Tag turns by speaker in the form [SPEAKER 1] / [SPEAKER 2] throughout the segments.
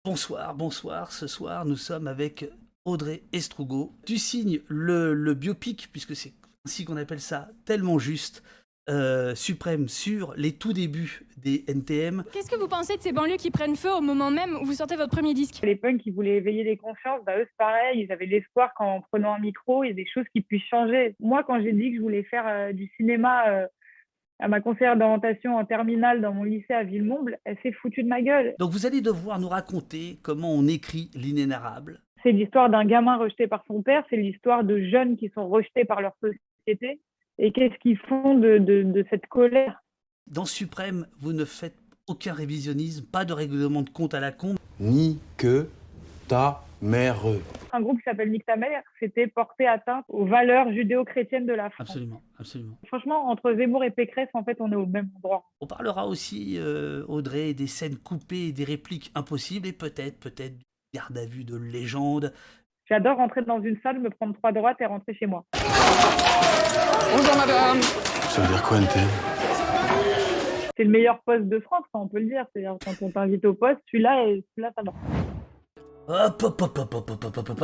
[SPEAKER 1] Bonsoir, bonsoir. Ce soir, nous sommes avec Audrey Estrugo. Tu signes le biopic, puisque c'est ainsi qu'on appelle ça, tellement juste, suprême, sur les tout débuts des NTM.
[SPEAKER 2] Qu'est-ce que vous pensez de ces banlieues qui prennent feu au moment même où vous sortez votre premier disque?
[SPEAKER 3] Les punks qui voulaient éveiller les consciences, eux c'est pareil, ils avaient l'espoir qu'en prenant un micro, il y ait des choses qui puissent changer. Moi, quand j'ai dit que je voulais faire du cinéma à ma conseillère d'orientation en terminale dans mon lycée à Villemomble, elle s'est foutue de ma gueule.
[SPEAKER 1] Donc vous allez devoir nous raconter comment on écrit l'inénarrable.
[SPEAKER 3] C'est l'histoire d'un gamin rejeté par son père, c'est l'histoire de jeunes qui sont rejetés par leur société. Et qu'est-ce qu'ils font de cette colère?
[SPEAKER 1] Dans Suprême, vous ne faites aucun révisionnisme, pas de règlement de compte à la con.
[SPEAKER 4] Ni que ta mère.
[SPEAKER 3] Un groupe qui s'appelle Nique ta mère, c'était porter atteinte aux valeurs judéo-chrétiennes de la France.
[SPEAKER 1] Absolument, absolument.
[SPEAKER 3] Franchement, entre Zemmour et Pécresse, en fait, on est au même endroit.
[SPEAKER 1] On parlera aussi, Audrey, des scènes coupées et des répliques impossibles et peut-être du garde à vue de légende.
[SPEAKER 3] J'adore rentrer dans une salle, me prendre 3 droites et rentrer chez moi.
[SPEAKER 5] Bonjour madame.
[SPEAKER 4] Ça veut dire quoi, NTM?
[SPEAKER 3] C'est le meilleur poste de France, on peut le dire. C'est-à-dire quand on t'invite au poste, celui-là, ça va.
[SPEAKER 1] Hop, hop, hop, hop, hop, hop, hop, hop, hop.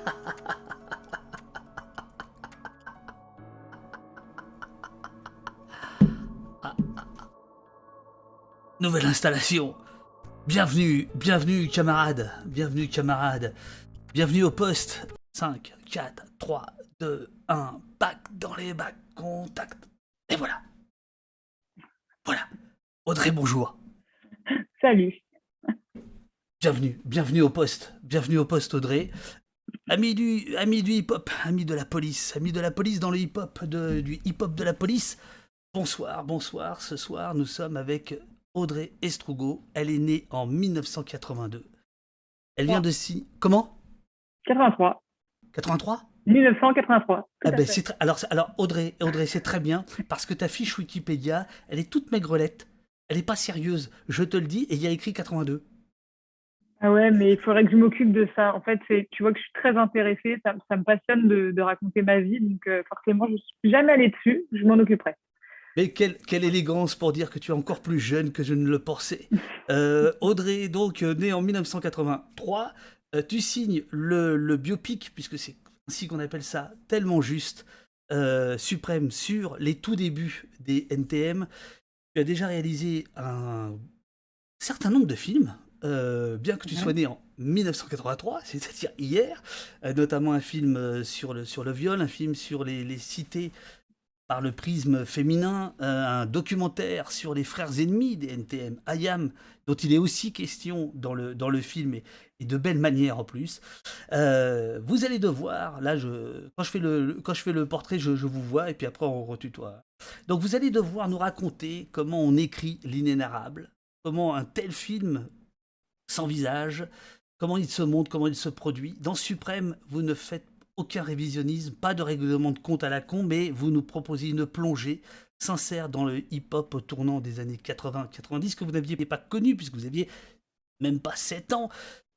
[SPEAKER 1] Nouvelle installation. Bienvenue, bienvenue camarades, bienvenue camarades, bienvenue au poste. 5, 4, 3, 2, 1, bac dans les bacs, contact. Et voilà. Voilà. Audrey, bonjour.
[SPEAKER 3] Salut.
[SPEAKER 1] Bienvenue, bienvenue au poste Audrey. Ami du hip-hop, ami de la police dans le hip-hop, du hip-hop de la police. Bonsoir, bonsoir. Ce soir, nous sommes avec Audrey Estrugo. Elle est née en 1982. Elle vient de signer... Comment?
[SPEAKER 3] 83.
[SPEAKER 1] 83?
[SPEAKER 3] 1983.
[SPEAKER 1] Ah ben alors Audrey, c'est très bien, parce que ta fiche Wikipédia, elle est toute maigrelette. Elle est pas sérieuse, je te le dis, et il y a écrit 82.
[SPEAKER 3] Ah ouais, mais il faudrait que je m'occupe de ça. En fait, tu vois que je suis très intéressée, ça me passionne de raconter ma vie, donc forcément, je ne suis jamais allée dessus, je m'en occuperai.
[SPEAKER 1] Mais quelle élégance pour dire que tu es encore plus jeune que je ne le pensais. Audrey, donc, née en 1983, tu signes le biopic, puisque c'est ainsi qu'on appelle ça, tellement juste, suprême, sur les tout débuts des NTM. Tu as déjà réalisé un certain nombre de films, bien que tu sois né en 1983, c'est-à-dire hier, notamment un film sur le viol, un film sur les cités par le prisme féminin, un documentaire sur les frères ennemis des NTM, Ayam, dont il est aussi question dans le film, et de belle manière en plus. Vous allez devoir, là, quand je fais le portrait, je vous vois, et puis après on retutoie. Donc vous allez devoir nous raconter comment on écrit l'inénarrable, comment un tel film s'envisage, comment il se monte, comment il se produit. Dans Suprême, vous ne faites aucun révisionnisme, pas de règlement de compte à la con, mais vous nous proposez une plongée sincère dans le hip-hop au tournant des années 80-90, que vous n'aviez pas connu, puisque vous aviez même pas 7 ans,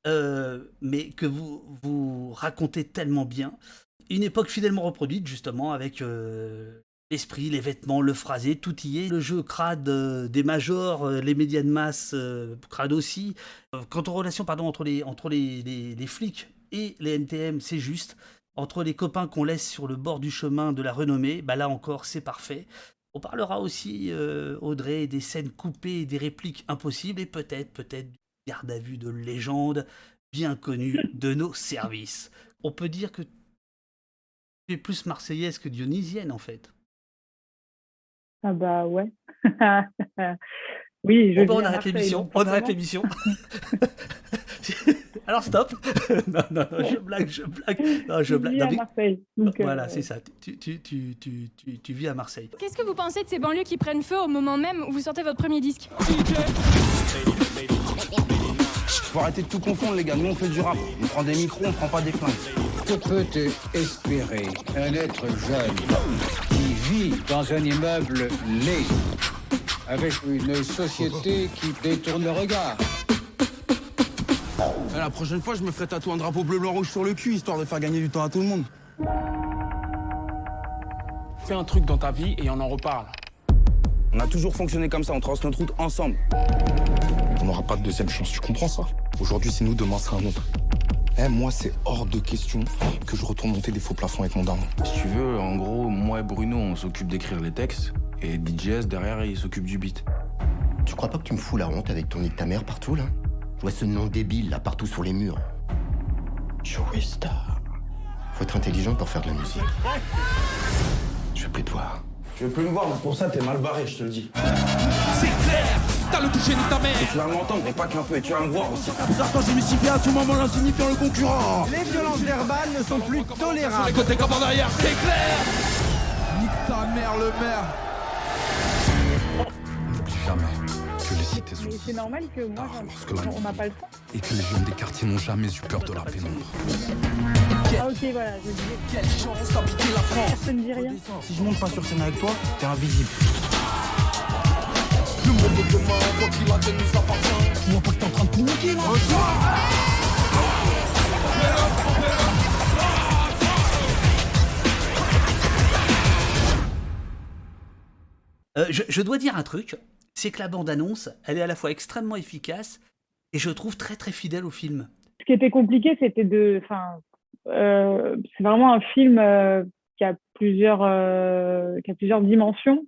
[SPEAKER 1] mais que vous racontez tellement bien. Une époque fidèlement reproduite, justement, avec l'esprit, les vêtements, le phrasé, tout y est. Le jeu crade des majors, les médias de masse crade aussi. Quant aux relations entre les flics et les NTM, c'est juste. Entre les copains qu'on laisse sur le bord du chemin de la renommée, là encore, c'est parfait. On parlera aussi, Audrey, des scènes coupées et des répliques impossibles, et peut-être du garde à vue de légende bien connu de nos services. On peut dire que tu es plus marseillaise que dionysienne, en fait.
[SPEAKER 3] Ah bah ouais. Oui, je
[SPEAKER 1] on arrête l'émission. On arrête l'émission. Alors stop. non, je blague. Non, je blague.
[SPEAKER 3] Je vis à Marseille. Donc,
[SPEAKER 1] voilà, c'est ça. Tu vis à Marseille.
[SPEAKER 2] Qu'est-ce que vous pensez de ces banlieues qui prennent feu au moment même où vous sortez votre premier disque?
[SPEAKER 5] Faut arrêter de tout confondre les gars, nous on fait du rap. On prend des micros, on prend pas des flingues.
[SPEAKER 6] Que peut espérer un être jeune qui vit dans un immeuble laid, avec une société qui détourne le regard?
[SPEAKER 5] La prochaine fois, je me ferai tatouer un drapeau bleu, blanc, rouge sur le cul, histoire de faire gagner du temps à tout le monde.
[SPEAKER 7] Fais un truc dans ta vie et on en reparle.
[SPEAKER 5] On a toujours fonctionné comme ça, on trace notre route ensemble.
[SPEAKER 7] On n'aura pas de deuxième chance, tu comprends ça? Aujourd'hui, c'est nous, demain, c'est un autre. Moi, c'est hors de question que je retourne monter des faux plafonds avec mon daron.
[SPEAKER 5] Si tu veux, en gros, moi et Bruno, on s'occupe d'écrire les textes, et DJS, derrière, il s'occupe du beat.
[SPEAKER 8] Tu crois pas que tu me fous la honte avec ton nid de ta mère partout, là? Je vois ce nom débile, là, partout sur les murs. Joey Star. Faut être intelligent pour faire de la musique. Je veux plus te voir.
[SPEAKER 5] Tu veux plus me voir, mais pour ça, t'es mal barré, je te le dis.
[SPEAKER 9] C'est clair, t'as le toucher de ta mère.
[SPEAKER 5] Et tu vas m'entendre, mais pas qu'un peu, et tu vas me voir aussi.
[SPEAKER 9] Quand j'ai mystifié à tout moment l'insignifiant le concurrent.
[SPEAKER 10] Les violences verbales ne sont plus tolérables.
[SPEAKER 9] Les côtés comme en arrière, c'est clair. Nique ta mère, le maire.
[SPEAKER 7] N'oublie jamais que les cités sont
[SPEAKER 3] Mais c'est normal que moi, on n'a pas le temps.
[SPEAKER 7] et que les jeunes des quartiers n'ont jamais eu peur de la pénombre.
[SPEAKER 3] Ah ok, voilà, je disais.
[SPEAKER 9] Quelle chance d'habiter la France.
[SPEAKER 3] Ça ne dit rien.
[SPEAKER 5] Si je monte pas sur scène avec toi, t'es invisible.
[SPEAKER 9] Le monde de demain, quoi qu'il advienne, nous appartient. Tu vois pas que t'es en train de tout niquer là?
[SPEAKER 1] Je dois dire un truc, c'est que la bande-annonce, elle est à la fois extrêmement efficace et je trouve très très fidèle au film.
[SPEAKER 3] Ce qui était compliqué, c'était c'est vraiment un film qui a plusieurs dimensions.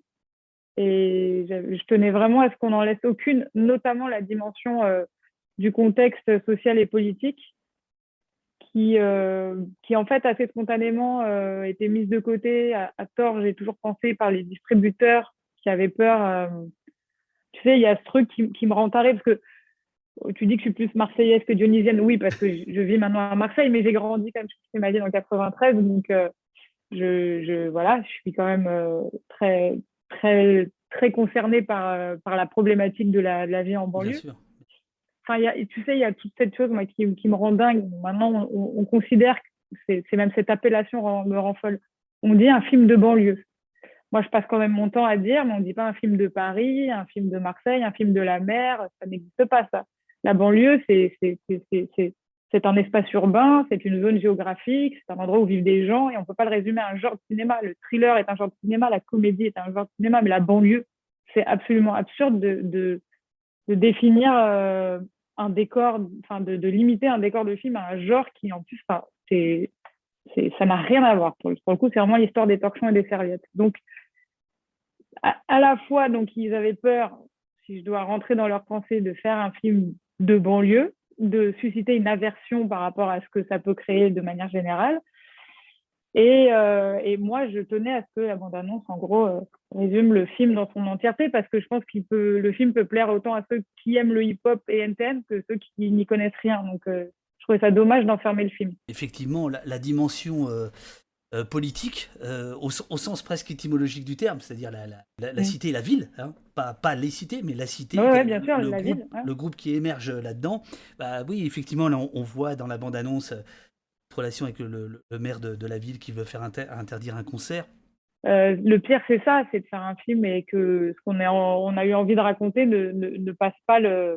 [SPEAKER 3] Et je tenais vraiment à ce qu'on n'en laisse aucune, notamment la dimension du contexte social et politique, qui en fait assez spontanément était mise de côté à tort, j'ai toujours pensé, par les distributeurs qui avaient peur. Tu sais, il y a ce truc qui me rend taré, parce que tu dis que je suis plus marseillaise que dionysienne. Oui, parce que je vis maintenant à Marseille, mais j'ai grandi quand même, je suis ma vie en 93, donc voilà, je suis quand même très très très concernée par la problématique de la vie en banlieue.
[SPEAKER 1] Bien sûr.
[SPEAKER 3] Enfin, tu sais, il y a toute cette chose moi, qui me rend dingue. Maintenant, on considère que c'est même cette appellation me rend folle. On dit un film de banlieue. Moi, je passe quand même mon temps à dire, mais on ne dit pas un film de Paris, un film de Marseille, un film de la mer. Ça n'existe pas, ça. La banlieue, c'est un espace urbain, c'est une zone géographique, c'est un endroit où vivent des gens, et on ne peut pas le résumer à un genre de cinéma. Le thriller est un genre de cinéma, la comédie est un genre de cinéma, mais la banlieue, c'est absolument absurde de définir un décor, enfin de limiter un décor de film à un genre qui, en plus, ça n'a rien à voir. Pour le coup, c'est vraiment l'histoire des torchons et des serviettes. Donc, à la fois, donc, ils avaient peur, si je dois rentrer dans leur pensée, de faire un film de banlieue, de susciter une aversion par rapport à ce que ça peut créer de manière générale. Et moi, je tenais à ce que la bande-annonce, en gros, résume le film dans son entièreté, parce que je pense le film peut plaire autant à ceux qui aiment le hip-hop et NTM que ceux qui n'y connaissent rien. Donc, je trouvais ça dommage d'enfermer le film.
[SPEAKER 1] Effectivement, la dimension politique, au sens presque étymologique du terme, c'est-à-dire la cité et la ville, hein, pas les cités, mais la cité,
[SPEAKER 3] ouais, bien sûr,
[SPEAKER 1] la
[SPEAKER 3] ville. Ouais.
[SPEAKER 1] Le groupe qui émerge là-dedans. Bah, oui, effectivement, là, on voit dans la bande-annonce relation avec le maire de la ville qui veut faire interdire un concert.
[SPEAKER 3] Le pire, c'est ça, c'est de faire un film et que ce qu'on on a eu envie de raconter ne passe pas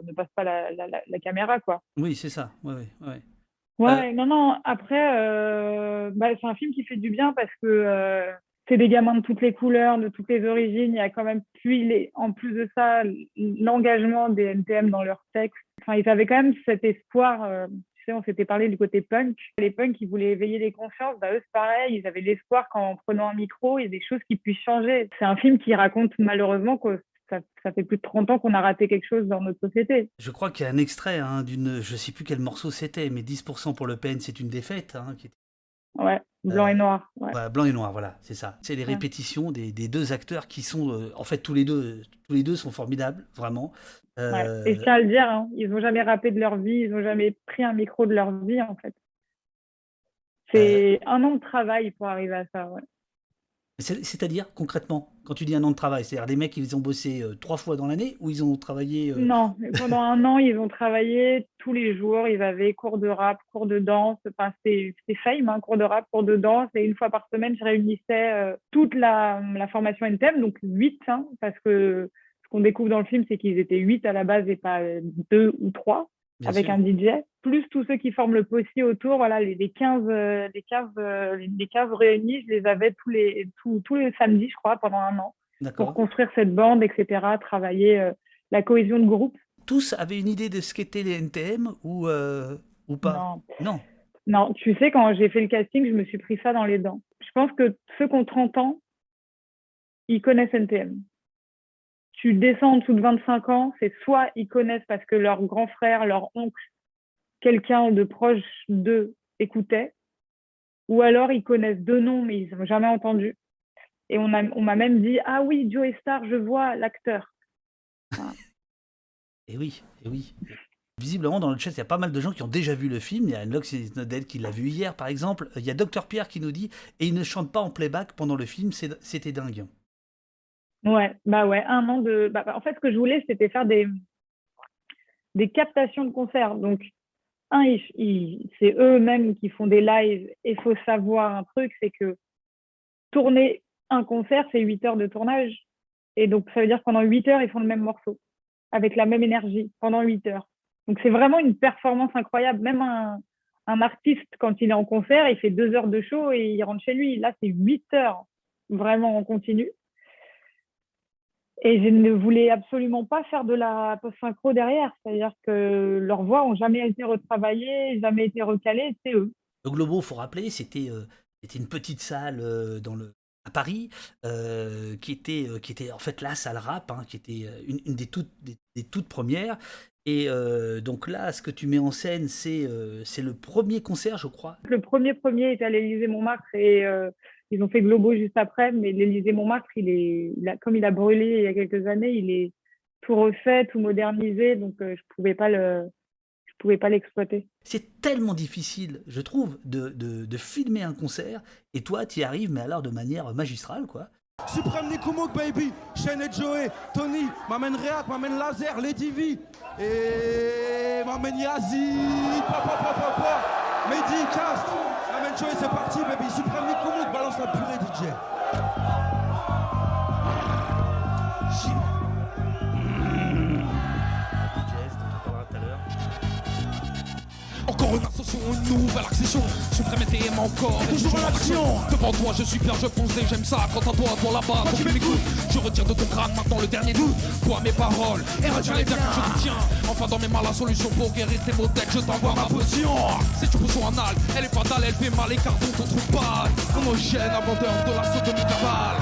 [SPEAKER 3] la caméra, quoi.
[SPEAKER 1] Oui, c'est ça.
[SPEAKER 3] Ouais, non. Après, c'est un film qui fait du bien parce que c'est des gamins de toutes les couleurs, de toutes les origines. Il y a quand même, en plus de ça, l'engagement des NTM dans leurs textes. Enfin, ils avaient quand même cet espoir. On s'était parlé du côté punk. Les punks, ils voulaient éveiller les consciences. Eux, c'est pareil. Ils avaient l'espoir qu'en prenant un micro, il y a des choses qui puissent changer. C'est un film qui raconte malheureusement que ça fait plus de 30 ans qu'on a raté quelque chose dans notre société.
[SPEAKER 1] Je crois qu'il y a un extrait d'une... Je ne sais plus quel morceau c'était, mais 10% pour Le Pen, c'est une défaite.
[SPEAKER 3] Ouais, blanc et noir. Ouais.
[SPEAKER 1] Ouais, blanc et noir, voilà, c'est ça. C'est les répétitions des deux acteurs qui sont... en fait, tous les deux sont formidables, vraiment.
[SPEAKER 3] Ouais. Et je tiens à le dire, hein, ils n'ont jamais rappé de leur vie, ils n'ont jamais pris un micro de leur vie, en fait. C'est un an de travail pour arriver à ça, ouais.
[SPEAKER 1] C'est-à-dire, concrètement, quand tu dis un an de travail, c'est-à-dire les mecs, ils ont bossé 3 fois dans l'année ou ils ont travaillé...
[SPEAKER 3] Non, pendant un an, ils ont travaillé tous les jours. Ils avaient cours de rap, cours de danse. Enfin, c'était fame, hein, cours de rap, cours de danse. Et une fois par semaine, je réunissais toute la formation NTM, donc 8, hein, parce que ce qu'on découvre dans le film, c'est qu'ils étaient 8 à la base et pas 2 ou 3. Bien avec sûr. Un DJ, plus tous ceux qui forment le POSI autour, voilà, les 15 réunis, je les avais tous les samedis, je crois, pendant un an, pour construire cette bande, etc., travailler la cohésion de groupe.
[SPEAKER 1] tous avaient une idée de ce qu'étaient les NTM ou pas?
[SPEAKER 3] Non.
[SPEAKER 1] Non.
[SPEAKER 3] Non, tu sais, quand j'ai fait le casting, je me suis pris ça dans les dents. Je pense que ceux qui ont 30 ans, ils connaissent NTM. Tu descends en dessous de 25 ans, c'est soit ils connaissent parce que leur grand frère, leur oncle, quelqu'un de proche d'eux écoutait, ou alors ils connaissent deux noms, mais ils n'ont jamais entendu. Et on m'a même dit, ah oui, Joe Star, je vois l'acteur. Voilà.
[SPEAKER 1] Et oui, et oui. Visiblement, dans le chat, il y a pas mal de gens qui ont déjà vu le film. Il y a Unlock Snowden qui l'a vu hier, par exemple. Il y a Dr Pierre qui nous dit « Et il ne chante pas en playback pendant le film, c'était dingue. »
[SPEAKER 3] Ouais, un an de... en fait, ce que je voulais, c'était faire des captations de concerts. Donc, c'est eux-mêmes qui font des lives. Et il faut savoir un truc, c'est que tourner un concert, c'est 8 heures de tournage. Et donc, ça veut dire que pendant 8 heures, ils font le même morceau, avec la même énergie, pendant 8 heures. Donc, c'est vraiment une performance incroyable. Même un artiste, quand il est en concert, il fait 2 heures de show et il rentre chez lui. Là, c'est 8 heures vraiment en continu. Et je ne voulais absolument pas faire de la post-synchro derrière. C'est-à-dire que leurs voix n'ont jamais été retravaillées, jamais été recalées, c'est eux.
[SPEAKER 1] Le Globo, il faut rappeler, c'était une petite salle à Paris qui était en fait la salle rap, hein, qui était une des toutes premières. Et donc là, ce que tu mets en scène, c'est le premier concert, je crois.
[SPEAKER 3] Le premier était à l'Élysée-Montmartre et ils ont fait Globo juste après, mais l'Élysée-Montmartre, comme il a brûlé il y a quelques années, il est tout refait, tout modernisé, donc je pouvais pas l'exploiter.
[SPEAKER 1] C'est tellement difficile, je trouve, de filmer un concert, et toi, tu y arrives, mais alors de manière magistrale, quoi.
[SPEAKER 9] Suprême Nikomouk, baby, Shane et Joey, Tony, m'amène React, m'amène Laser, Lady V, et m'amène Yazid, Mehdi, Cast, m'amène Joey, c'est parti, baby, Suprême Nikomouk, balance la purée, DJ.
[SPEAKER 11] Encore une ascension, une nouvelle accession. Suprême TM encore, et toujours en action. Devant toi, je suis bien, je fonce et j'aime ça. Quant à toi, là-bas, quand tu m'écoutes, je retire de ton crâne maintenant le dernier doute. Toi, mes paroles, et retiens les biens que je te tiens. Enfin, dans mes mains, la solution pour guérir tes maux têtes, je t'envoie ma potion. C'est une potion anale, elle est fatale, elle fait mal, écarte ton trou de balle. Homogène, inventeur de la sodomie cabale.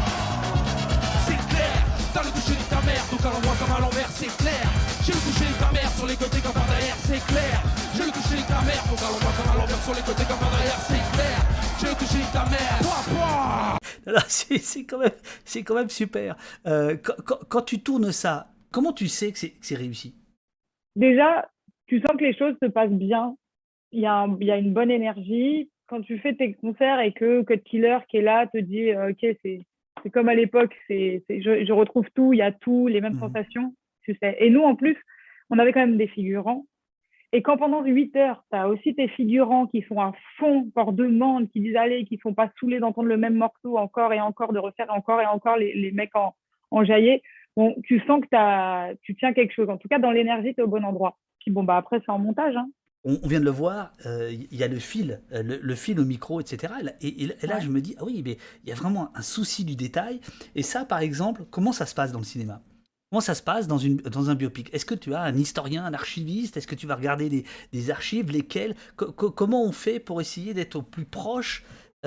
[SPEAKER 11] C'est clair, t'as le toucher de ta mère, donc à l'endroit comme à l'envers, c'est clair. J'ai le toucher de ta mère sur les côtés comme par derrière, c'est clair. J'ai le toucher de ta mère, donc à l'endroit comme à l'envers sur les côtés comme par derrière, c'est clair. J'ai le toucher de ta mère.
[SPEAKER 1] Alors, c'est quand même super. Quand tu tournes ça, comment tu sais que c'est réussi?
[SPEAKER 3] Déjà, tu sens que les choses se passent bien. Il y a une bonne énergie. Quand tu fais tes concerts et que Cut Killer qui est là te dit ok, c'est comme à l'époque, je retrouve tout, il y a tout, les mêmes sensations, tu sais. Et nous, en plus, on avait quand même des figurants. Et quand pendant 8 heures, tu as aussi tes figurants qui sont à fond, encore demandent, qui disent allez, qui ne sont pas saoulés d'entendre le même morceau encore et encore, de refaire encore et encore les mecs enjaillés, bon, tu sens que tu tiens quelque chose. En tout cas, dans l'énergie, tu es au bon endroit. Puis bon, après, c'est en montage, hein.
[SPEAKER 1] On vient de le voir, il y a le fil au micro, etc. Et là, je me dis, ah oui, mais il y a vraiment un souci du détail. Et ça, par exemple, comment ça se passe dans le cinéma? Comment ça se passe dans un biopic? Est-ce que tu as un historien, un archiviste? Est-ce que tu vas regarder des archives? Lesquelles? Comment on fait pour essayer d'être au plus proche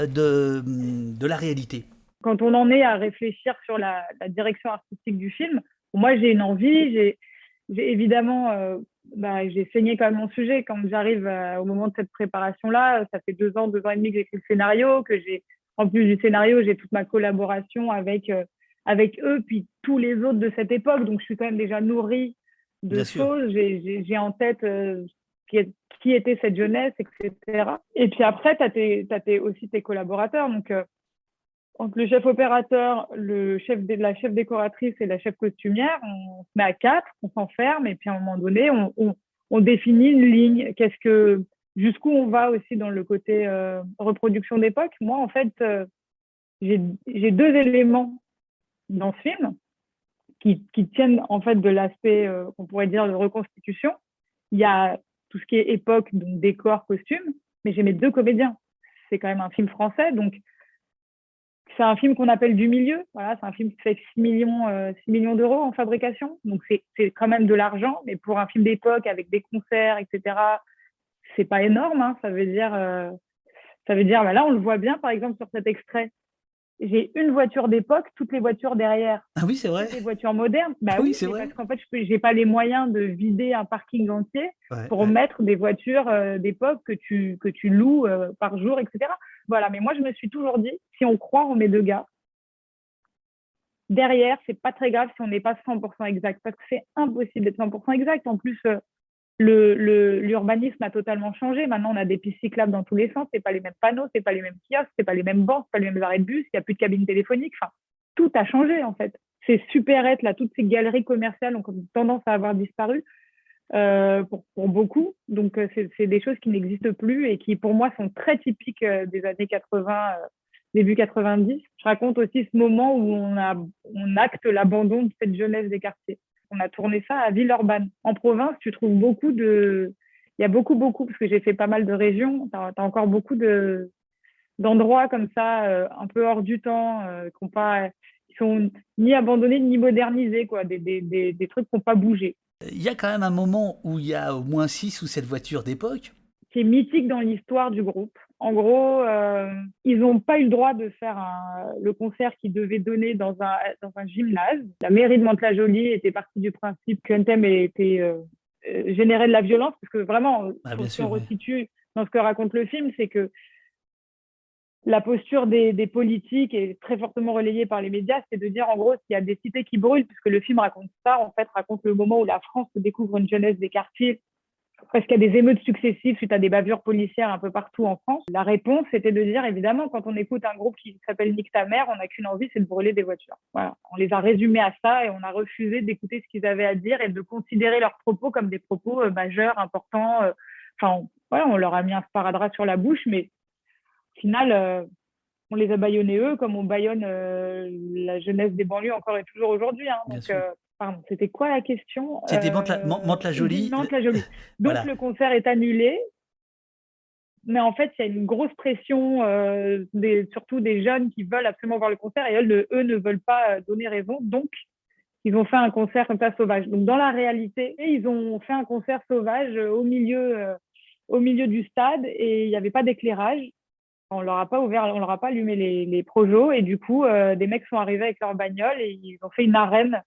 [SPEAKER 1] de la réalité?
[SPEAKER 3] Quand on en est à réfléchir sur la direction artistique du film, moi, j'ai une envie, j'ai évidemment... j'ai saigné quand même mon sujet. Quand j'arrive au moment de cette préparation-là, ça fait 2 ans et demi que j'écris le scénario, en plus du scénario, j'ai toute ma collaboration avec eux, puis tous les autres de cette époque. Donc, je suis quand même déjà nourrie de choses. J'ai en tête qui était cette jeunesse, etc. Et puis après, tu as aussi tes collaborateurs. Donc, entre le chef opérateur, la chef décoratrice et la chef costumière, on se met à 4, on s'enferme et puis à un moment donné, on définit une ligne. Jusqu'où on va aussi dans le côté reproduction d'époque. Moi, en fait, j'ai 2 éléments dans ce film qui tiennent en fait de l'aspect qu'on pourrait dire de reconstitution. Il y a tout ce qui est époque, donc décor, costume, mais j'ai mes 2 comédiens. C'est quand même un film français, donc C'est un film qu'on appelle du milieu. Voilà, c'est un film qui fait 6 millions d'euros en fabrication. Donc, c'est quand même de l'argent. Mais pour un film d'époque avec des concerts, etc., c'est pas énorme. Hein. Ça veut dire, bah là, on le voit bien, par exemple, sur cet extrait. J'ai une voiture d'époque, toutes les voitures derrière.
[SPEAKER 1] Ah oui, c'est vrai.
[SPEAKER 3] Toutes les voitures modernes. Bah
[SPEAKER 1] Ah oui,
[SPEAKER 3] oui,
[SPEAKER 1] c'est vrai.
[SPEAKER 3] parce qu'en fait, j'ai pas les moyens de vider un parking entier pour mettre des voitures d'époque que tu loues par jour, etc. Voilà, mais moi, je me suis toujours dit, si on croit en mes deux gars, derrière, c'est pas très grave si on n'est pas 100% exact, parce que c'est impossible d'être 100% exact. En plus, l'urbanisme a totalement changé. Maintenant, on a des pistes cyclables dans tous les sens. C'est pas les mêmes panneaux, c'est pas les mêmes kiosques, c'est pas les mêmes bancs, c'est pas les mêmes arrêts de bus. Il n'y a plus de cabines téléphoniques. Enfin, tout a changé en fait. Ces supérettes là, toutes ces galeries commerciales ont tendance à avoir disparu pour beaucoup. Donc, c'est des choses qui n'existent plus et qui, pour moi, sont très typiques des années 80, début 90. Je raconte aussi ce moment où on acte l'abandon de cette jeunesse des quartiers. On a tourné ça à Villeurbanne. En province, tu trouves il y a beaucoup, parce que j'ai fait pas mal de régions, tu as encore beaucoup d'endroits comme ça, un peu hors du temps, qui sont ni abandonnés ni modernisés, quoi, des trucs qui n'ont pas bougé.
[SPEAKER 1] Il y a quand même un moment où il y a au moins 6 ou 7 voitures d'époque.
[SPEAKER 3] Qui est mythique dans l'histoire du groupe. En gros, ils n'ont pas eu le droit de faire le concert qu'ils devaient donner dans un gymnase. La mairie de Mantes-la-Jolie était partie du principe que NTM générait de la violence, parce que vraiment, si on resitue dans ce que raconte le film, c'est que la posture des politiques est très fortement relayée par les médias, c'est de dire en gros s'il y a des cités qui brûlent, puisque le film raconte ça, en fait, raconte le moment où la France découvre une jeunesse des quartiers, parce qu'il y a des émeutes successives suite à des bavures policières un peu partout en France. La réponse, c'était de dire, évidemment, quand on écoute un groupe qui s'appelle Nique ta mère, on n'a qu'une envie, c'est de brûler des voitures. Voilà. On les a résumés à ça et on a refusé d'écouter ce qu'ils avaient à dire et de considérer leurs propos comme des propos majeurs, importants. On leur a mis un sparadrap sur la bouche, mais au final, on les a bâillonnés eux, comme on bâillonne la jeunesse des banlieues encore et toujours aujourd'hui. Hein. Donc, pardon, c'était quoi la question?
[SPEAKER 1] C'était Mantes-la-Jolie.
[SPEAKER 3] Mantes-la-Jolie. Donc, voilà. Le concert est annulé. Mais en fait, il y a une grosse pression, surtout des jeunes qui veulent absolument voir le concert et eux ne veulent pas donner raison. Donc, ils ont fait un concert comme ça sauvage. Donc, dans la réalité, ils ont fait un concert sauvage au milieu du stade et il n'y avait pas d'éclairage. On leur a pas allumé les projos et du coup, des mecs sont arrivés avec leur bagnole et ils ont fait une arène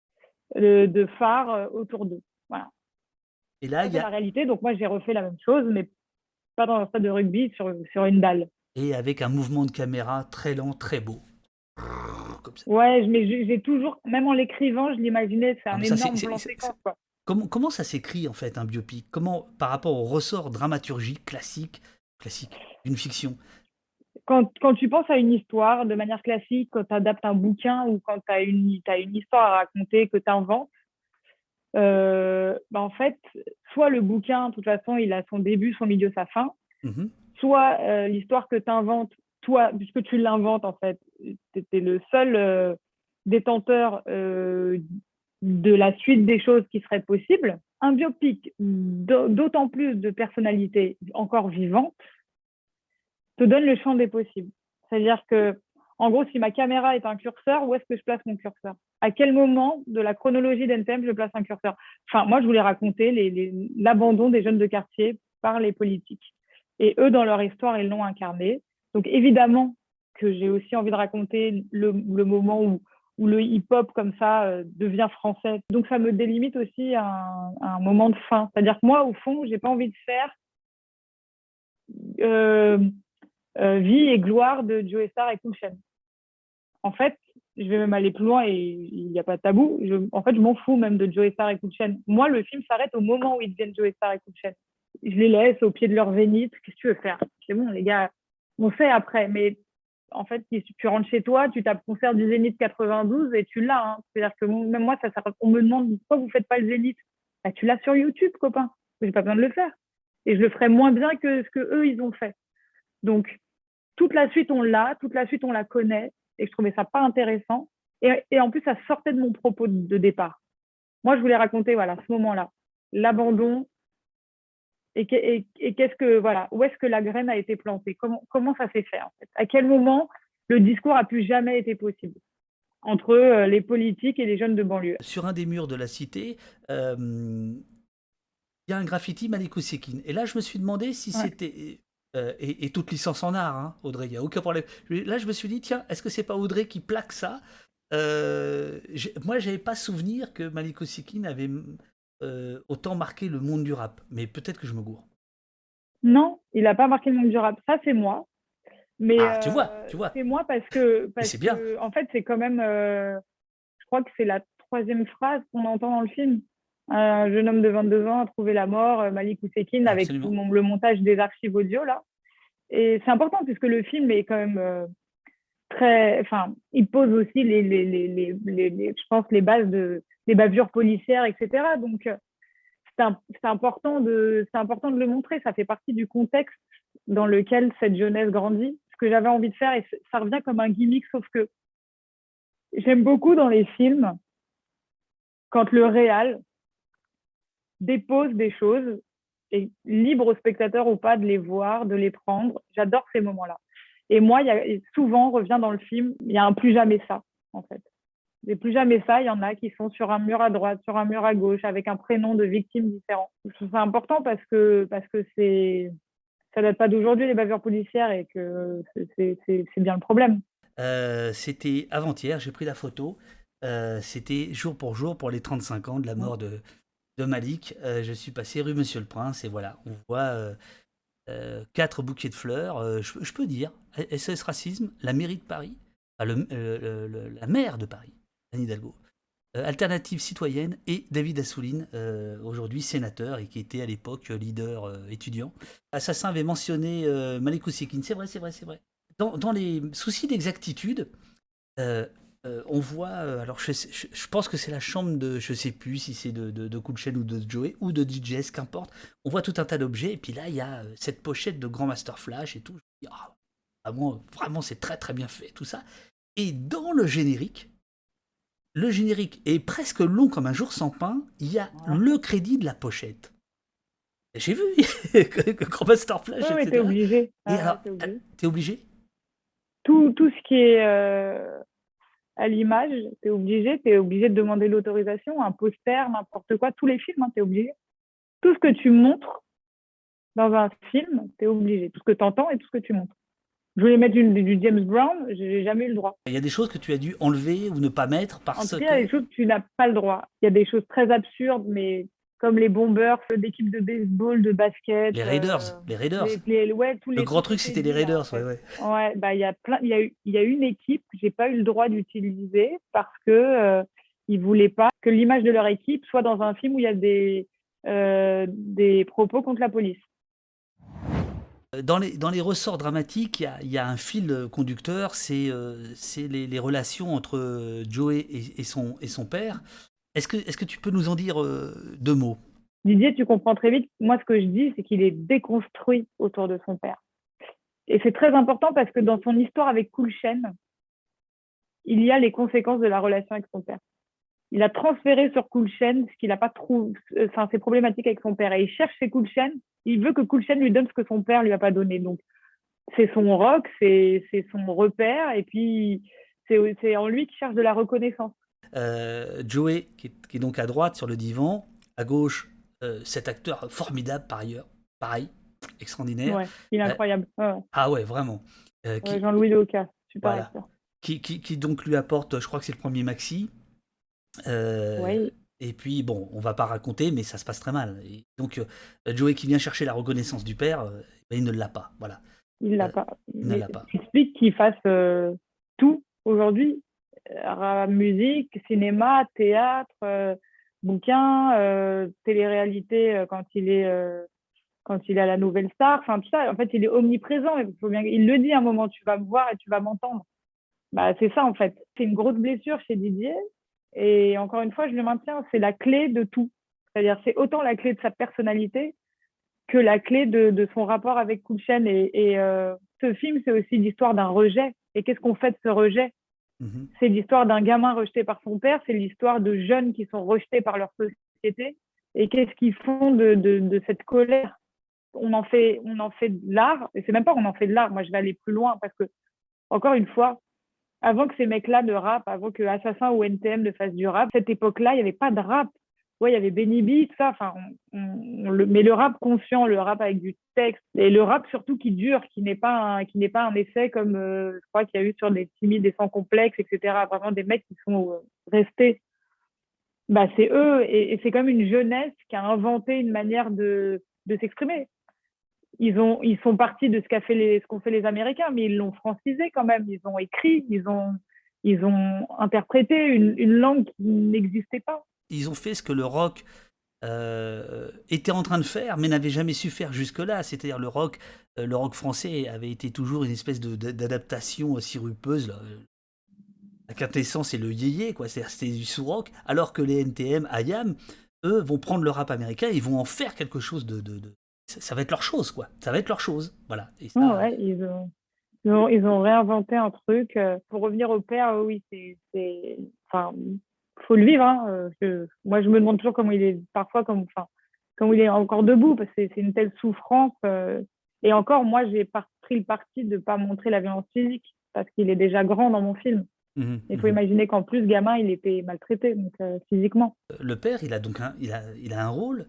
[SPEAKER 3] de phares autour d'eux. Voilà.
[SPEAKER 1] Et là,
[SPEAKER 3] c'est la réalité. Donc moi, j'ai refait la même chose, mais pas dans un stade de rugby, sur une dalle.
[SPEAKER 1] Et avec un mouvement de caméra très lent, très beau.
[SPEAKER 3] Comme ça. Ouais, mais j'ai toujours, même en l'écrivant, je l'imaginais, c'est un énorme plan séquence, quoi.
[SPEAKER 1] Comment ça s'écrit en fait un biopic? Comment, par rapport au ressort dramaturgique classique d'une fiction?
[SPEAKER 3] Quand tu penses à une histoire de manière classique, quand tu adaptes un bouquin ou quand tu as une histoire à raconter que tu inventes, en fait, soit le bouquin, de toute façon, il a son début, son milieu, sa fin, soit l'histoire que tu inventes, toi, puisque tu l'inventes, en fait, tu es le seul détenteur de la suite des choses qui seraient possibles. Un biopic, d'autant plus de personnalités encore vivantes, te donne le champ des possibles. C'est-à-dire que, en gros, si ma caméra est un curseur, où est-ce que je place mon curseur? À quel moment de la chronologie d'NTM je place un curseur? Enfin, moi, je voulais raconter l'abandon des jeunes de quartier par les politiques. Et eux, dans leur histoire, ils l'ont incarné. Donc, évidemment que j'ai aussi envie de raconter le moment où le hip-hop, comme ça, devient français. Donc, ça me délimite aussi un moment de fin. C'est-à-dire que moi, au fond, j'ai pas envie de faire vie et gloire de Joey Starr et Cool Chain. En fait, je vais même aller plus loin et il n'y a pas de tabou. En fait, je m'en fous même de Joey Starr et Cool Chain. Moi, le film s'arrête au moment où ils deviennent Joey Starr et Cool Chain. Je les laisse au pied de leur zénith. Qu'est-ce que tu veux faire? C'est bon, les gars, on sait après. Mais en fait, si tu rentres chez toi, tu tapes concert du Zénith 92 et tu l'as. Hein. C'est-à-dire que même moi, on me demande pourquoi vous ne faites pas le Zénith. Bah, tu l'as sur YouTube, copain. Je n'ai pas besoin de le faire. Et je le ferai moins bien que ce qu'eux, ils ont fait. Donc, toute la suite, on l'a. Toute la suite, on la connaît. Et je trouvais ça pas intéressant. Et en plus, ça sortait de mon propos de départ. Moi, je voulais raconter, voilà, ce moment-là. L'abandon. Et qu'est-ce que, voilà, où est-ce que la graine a été plantée? Comment ça s'est fait, en fait? À quel moment le discours a plus jamais été possible entre les politiques et les jeunes de banlieue.
[SPEAKER 1] Sur un des murs de la cité, il y a un graffiti Malik Oussekine. Et là, je me suis demandé si c'était... et toute licence en art, hein, Audrey, il n'y a aucun problème. Là, je me suis dit, tiens, est-ce que c'est pas Audrey qui plaque ça? Moi, j'avais pas souvenir que Malik Oussekine avait autant marqué le monde du rap. Mais peut-être que je me gourre.
[SPEAKER 3] Non, il n'a pas marqué le monde du rap. Ça, c'est moi. Mais
[SPEAKER 1] tu vois.
[SPEAKER 3] c'est moi parce que
[SPEAKER 1] c'est bien.
[SPEAKER 3] En fait, c'est quand même... je crois que c'est la 3e phrase qu'on entend dans le film. Un jeune homme de 22 ans a trouvé la mort, Malik Oussekine, avec tout le montage des archives audio, là. Et c'est important puisque le film est quand même très... Enfin, il pose aussi, je pense, les bases des bavures policières, etc. Donc, c'est important de le montrer. Ça fait partie du contexte dans lequel cette jeunesse grandit. Ce que j'avais envie de faire, et ça revient comme un gimmick, sauf que j'aime beaucoup dans les films quand le réal dépose des choses et libre au spectateur ou pas de les voir, de les prendre. J'adore ces moments-là. Et moi, souvent, on revient dans le film, il y a un plus jamais ça, en fait. Et plus jamais ça, il y en a qui sont sur un mur à droite, sur un mur à gauche, avec un prénom de victime différent. Je trouve ça important parce que ça date pas d'aujourd'hui, les bavures policières, et que c'est bien le problème.
[SPEAKER 1] C'était avant-hier, j'ai pris la photo. C'était jour pour les 35 ans de la mort de Malik. Je suis passé rue Monsieur le Prince et voilà, on voit 4 bouquets de fleurs. Je peux dire, SOS Racisme, la mairie de Paris, la maire de Paris, Anne Hidalgo, Alternative Citoyenne et David Assouline, aujourd'hui sénateur et qui était à l'époque leader étudiant. Assassin avait mentionné Malik Oussekine, c'est vrai. Dans les soucis d'exactitude, on voit, alors je pense que c'est la chambre de, je sais plus si c'est de Cool Chain ou de Joey ou de DJs, qu'importe. On voit tout un tas d'objets et puis là il y a cette pochette de Grand Master Flash et tout. Je dis, vraiment c'est très très bien fait tout ça. Et dans le générique est presque long comme un jour sans pain. Il y a le crédit de la pochette. J'ai vu Grand Master Flash.
[SPEAKER 3] Oui, mais t'es obligé.
[SPEAKER 1] T'es obligé.
[SPEAKER 3] Tout ce qui est à l'image, t'es obligé de demander l'autorisation, un poster, n'importe quoi, tous les films, t'es obligé. Tout ce que tu montres dans un film, t'es obligé. Tout ce que t'entends et tout ce que tu montres. Je voulais mettre du James Brown, j'ai jamais eu le droit.
[SPEAKER 1] Il y a des choses que tu as dû enlever ou ne pas mettre parce que...
[SPEAKER 3] En tout cas, il y a des choses que tu n'as pas le droit. Il y a des choses très absurdes, mais comme les bombers d'équipes de baseball, de basket.
[SPEAKER 1] Les Raiders.
[SPEAKER 3] Le
[SPEAKER 1] grand truc, c'était les Raiders, ouais.
[SPEAKER 3] Ouais, bah, il y a une équipe que j'ai pas eu le droit d'utiliser parce que ils voulaient pas que l'image de leur équipe soit dans un film où il y a des propos contre la police.
[SPEAKER 1] Dans les ressorts dramatiques, il y a un fil conducteur, c'est les relations entre Joey et son père. Est-ce que tu peux nous en dire 2 mots?
[SPEAKER 3] Didier, tu comprends très vite. Moi, ce que je dis, c'est qu'il est déconstruit autour de son père. Et c'est très important parce que dans son histoire avec Cool Chain, il y a les conséquences de la relation avec son père. Il a transféré sur Cool Chain ce qu'il n'a pas trouvé, ses problématiques avec son père. Et il cherche chez Cool Chain, il veut que Cool Chain lui donne ce que son père lui a pas donné. Donc, c'est son rock, c'est son repère, et puis c'est en lui qu'il cherche de la reconnaissance.
[SPEAKER 1] Joey, qui est donc à droite sur le divan, à gauche, cet acteur formidable par ailleurs, pareil, extraordinaire.
[SPEAKER 3] Ouais, il est incroyable.
[SPEAKER 1] Ah ouais, vraiment.
[SPEAKER 3] Jean-Louis Leoca, super acteur.
[SPEAKER 1] Qui donc lui apporte, je crois que c'est le premier maxi.
[SPEAKER 3] Oui.
[SPEAKER 1] Et puis, bon, on va pas raconter, mais ça se passe très mal. Et donc, Joey qui vient chercher la reconnaissance du père, il ne l'a pas, voilà.
[SPEAKER 3] Il l'a pas.
[SPEAKER 1] Il ne l'a pas.
[SPEAKER 3] J'explique qu'il fasse tout aujourd'hui. Musique, cinéma, théâtre, bouquins, télé-réalité quand il est à la Nouvelle Star, enfin tout ça. En fait, il est omniprésent. Il le dit à un moment, tu vas me voir et tu vas m'entendre. Bah, c'est ça en fait. C'est une grosse blessure chez Didier. Et encore une fois, je le maintiens, c'est la clé de tout. C'est-à-dire, c'est autant la clé de sa personnalité que la clé de son rapport avec Cool Chain. Et ce film, c'est aussi l'histoire d'un rejet. Et qu'est-ce qu'on fait de ce rejet? C'est l'histoire d'un gamin rejeté par son père, c'est l'histoire de jeunes qui sont rejetés par leur société. Et qu'est-ce qu'ils font de cette colère? On en fait de l'art, et c'est même pas on en fait de l'art, moi je vais aller plus loin, parce que encore une fois, avant que ces mecs-là ne rappent, avant que Assassin ou NTM ne fassent du rap, cette époque-là, il n'y avait pas de rap. Ouais, il y avait Benny B, tout ça. Enfin, mais le rap conscient, le rap avec du texte, et le rap surtout qui dure, qui n'est pas un essai comme je crois qu'il y a eu sur des timides et sans complexe, etc. Vraiment des mecs qui sont restés. Bah, c'est eux, et c'est comme une jeunesse qui a inventé une manière de s'exprimer. Ils sont partis de ce qu'ont fait les Américains, mais ils l'ont francisé quand même. Ils ont écrit, ils ont interprété une langue qui n'existait pas.
[SPEAKER 1] Ils ont fait ce que le rock était en train de faire, mais n'avait jamais su faire jusque-là. C'est-à-dire le rock français avait été toujours une espèce d'adaptation sirupeuse. Là. La quintessence, c'est le yéyé, quoi. C'était du sous-rock, alors que les NTM, IAM, eux, vont prendre le rap américain et ils vont en faire quelque chose ça va être leur chose, quoi. Ça va être leur chose, voilà. Et ça,
[SPEAKER 3] ouais, ils ont réinventé un truc. Pour revenir au père, oui, enfin, faut le vivre. Hein. Moi, je me demande toujours comment il est parfois, comment il est encore debout, parce que c'est une telle souffrance. Et encore, moi, j'ai pris le parti de ne pas montrer la violence physique, parce qu'il est déjà grand dans mon film. Il faut imaginer qu'en plus, gamin, il était maltraité, donc physiquement.
[SPEAKER 1] Le père, il a donc il a un rôle.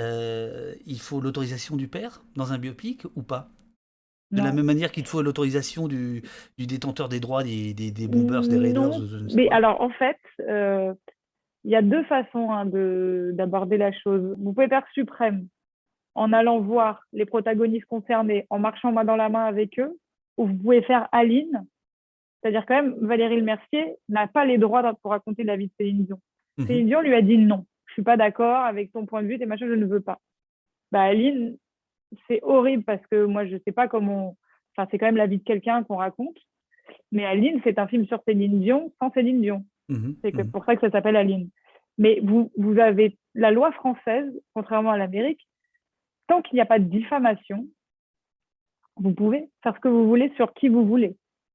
[SPEAKER 1] Il faut l'autorisation du père dans un biopic ou pas? De la même manière qu'il faut l'autorisation du détenteur des droits des Boomers, des Raiders.
[SPEAKER 3] Mais alors, en fait, il y a deux façons d'aborder la chose. Vous pouvez faire suprême en allant voir les protagonistes concernés, en marchant main dans la main avec eux, ou vous pouvez faire Aline. C'est-à-dire quand même, Valérie Lemercier n'a pas les droits pour raconter la vie de Céline Dion. Céline Dion lui a dit non, je suis pas d'accord avec ton point de vue, tes machins, je ne veux pas. Bah, Aline, c'est horrible parce que moi, je sais pas comment... Enfin, c'est quand même la vie de quelqu'un qu'on raconte. Mais Aline, c'est un film sur Céline Dion sans Céline Dion. C'est pour ça que ça s'appelle Aline. Mais vous avez la loi française, contrairement à l'Amérique, tant qu'il n'y a pas de diffamation, vous pouvez faire ce que vous voulez sur qui vous voulez.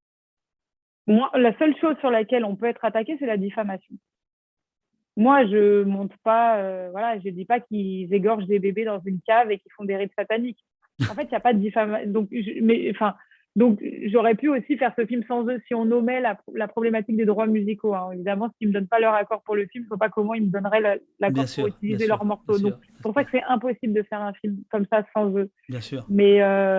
[SPEAKER 3] Moi, la seule chose sur laquelle on peut être attaqué, c'est la diffamation. Moi, je monte pas, voilà, je dis pas qu'ils égorgent des bébés dans une cave et qu'ils font des rites sataniques. En fait, il n'y a pas de diffamation. Donc, j'aurais pu aussi faire ce film sans eux si on nommait la problématique des droits musicaux. Hein. Évidemment, s'ils ne me donnent pas leur accord pour le film, je ne sais pas comment ils me donneraient l'accord pour utiliser leurs morceaux. Donc, c'est pour ça que c'est impossible de faire un film comme ça sans eux.
[SPEAKER 1] Bien sûr.
[SPEAKER 3] Mais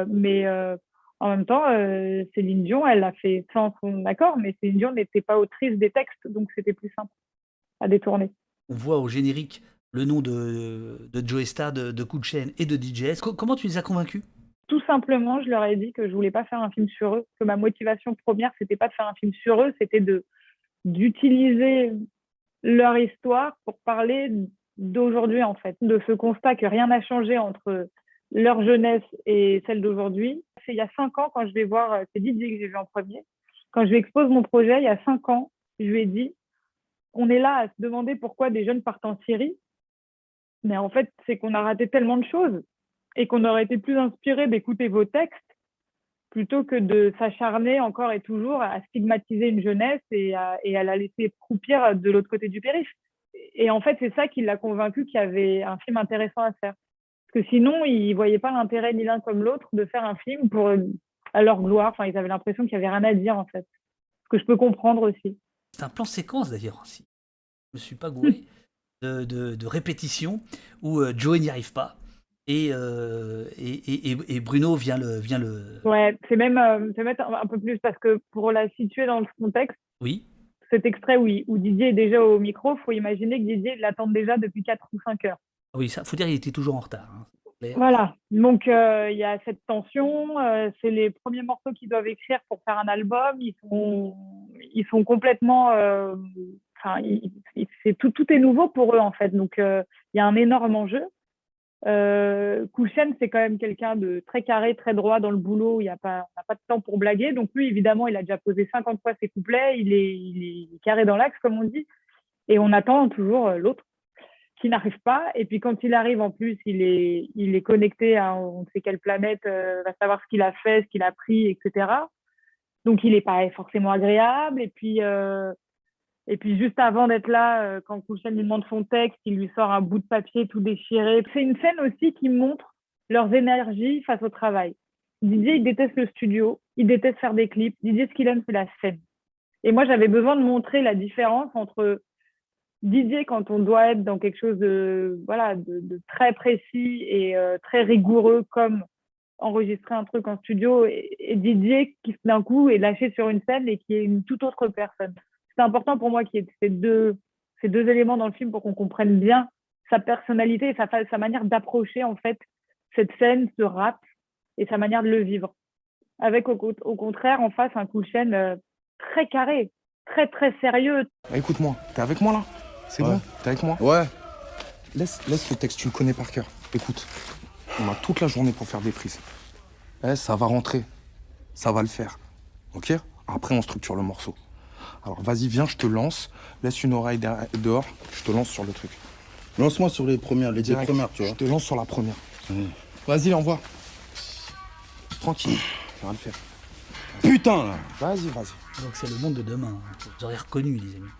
[SPEAKER 3] en même temps, Céline Dion, elle l'a fait sans son accord, mais Céline Dion n'était pas autrice des textes, donc c'était plus simple à détourner.
[SPEAKER 1] On voit au générique le nom de Joey Starr, de Cool Chain et de DJS. Comment tu les as convaincus?
[SPEAKER 3] Tout simplement, je leur ai dit que je voulais pas faire un film sur eux, que ma motivation première, c'était pas de faire un film sur eux, c'était d'utiliser leur histoire pour parler d'aujourd'hui, en fait, de ce constat que rien n'a changé entre leur jeunesse et celle d'aujourd'hui. C'est il y a 5 ans, quand je vais voir, c'est Didier que j'ai vu en premier, quand je lui expose mon projet, il y a 5 ans, je lui ai dit, on est là à se demander pourquoi des jeunes partent en Syrie, mais en fait, c'est qu'on a raté tellement de choses et qu'on aurait été plus inspiré d'écouter vos textes plutôt que de s'acharner encore et toujours à stigmatiser une jeunesse et à la laisser croupir de l'autre côté du périph'. Et en fait, c'est ça qui l'a convaincu qu'il y avait un film intéressant à faire. Parce que sinon, ils ne voyaient pas l'intérêt ni l'un comme l'autre de faire un film à leur gloire. Enfin, ils avaient l'impression qu'il n'y avait rien à dire, en fait. Ce que je peux comprendre aussi.
[SPEAKER 1] C'est un plan séquence, d'ailleurs, si je ne me suis pas gouré, de répétition, où Joey n'y arrive pas. Et Bruno vient le...
[SPEAKER 3] Ouais, c'est même un peu plus, parce que pour la situer dans le contexte,
[SPEAKER 1] oui.
[SPEAKER 3] Cet extrait où Didier est déjà au micro, il faut imaginer que Didier l'attend déjà depuis 4 ou 5 heures.
[SPEAKER 1] Oui, ça faut dire qu'il était toujours en retard. Hein.
[SPEAKER 3] Voilà, donc il y a cette tension, c'est les premiers morceaux qu'ils doivent écrire pour faire un album, ils sont complètement... tout est nouveau pour eux, en fait, donc il y a un énorme enjeu. Kouchen, c'est quand même quelqu'un de très carré, très droit dans le boulot, on n'a pas de temps pour blaguer, donc lui, évidemment, il a déjà posé 50 fois ses couplets, il est carré dans l'axe, comme on dit, et on attend toujours l'autre qui n'arrive pas, et puis quand il arrive, en plus, il est connecté à on ne sait quelle planète, va savoir ce qu'il a fait, ce qu'il a pris, etc. Donc il n'est pas forcément agréable, et puis juste avant d'être là, quand Kouchen lui demande son texte, il lui sort un bout de papier tout déchiré. C'est une scène aussi qui montre leurs énergies face au travail. Didier, il déteste le studio, il déteste faire des clips. Didier, ce qu'il aime, c'est la scène. Et moi, j'avais besoin de montrer la différence entre Didier, quand on doit être dans quelque chose de très précis et très rigoureux, comme enregistrer un truc en studio, et Didier qui d'un coup est lâché sur une scène et qui est une toute autre personne. C'est important pour moi qu'il y ait ces deux éléments dans le film pour qu'on comprenne bien sa personnalité et sa manière d'approcher en fait cette scène, ce rap et sa manière de le vivre. Avec au contraire en face un Cool Chain très carré, très très sérieux.
[SPEAKER 7] Écoute-moi, t'es avec moi là? C'est bon? T'es avec moi?
[SPEAKER 4] Ouais.
[SPEAKER 7] Laisse ce texte, tu le connais par cœur. Écoute, on a toute la journée pour faire des prises. Ça va rentrer. Ça va le faire. Ok? Après, on structure le morceau. Alors, vas-y, viens, je te lance. Laisse une oreille dehors. Je te lance sur le truc.
[SPEAKER 4] Lance-moi sur les premières, les 10 premières, tu vois.
[SPEAKER 7] Je te lance sur la première. Vas-y, envoie. Tranquille, ça va le faire.
[SPEAKER 4] Putain, là.
[SPEAKER 7] Vas-y.
[SPEAKER 1] Donc c'est le monde de demain. Vous aurez reconnu, les amis.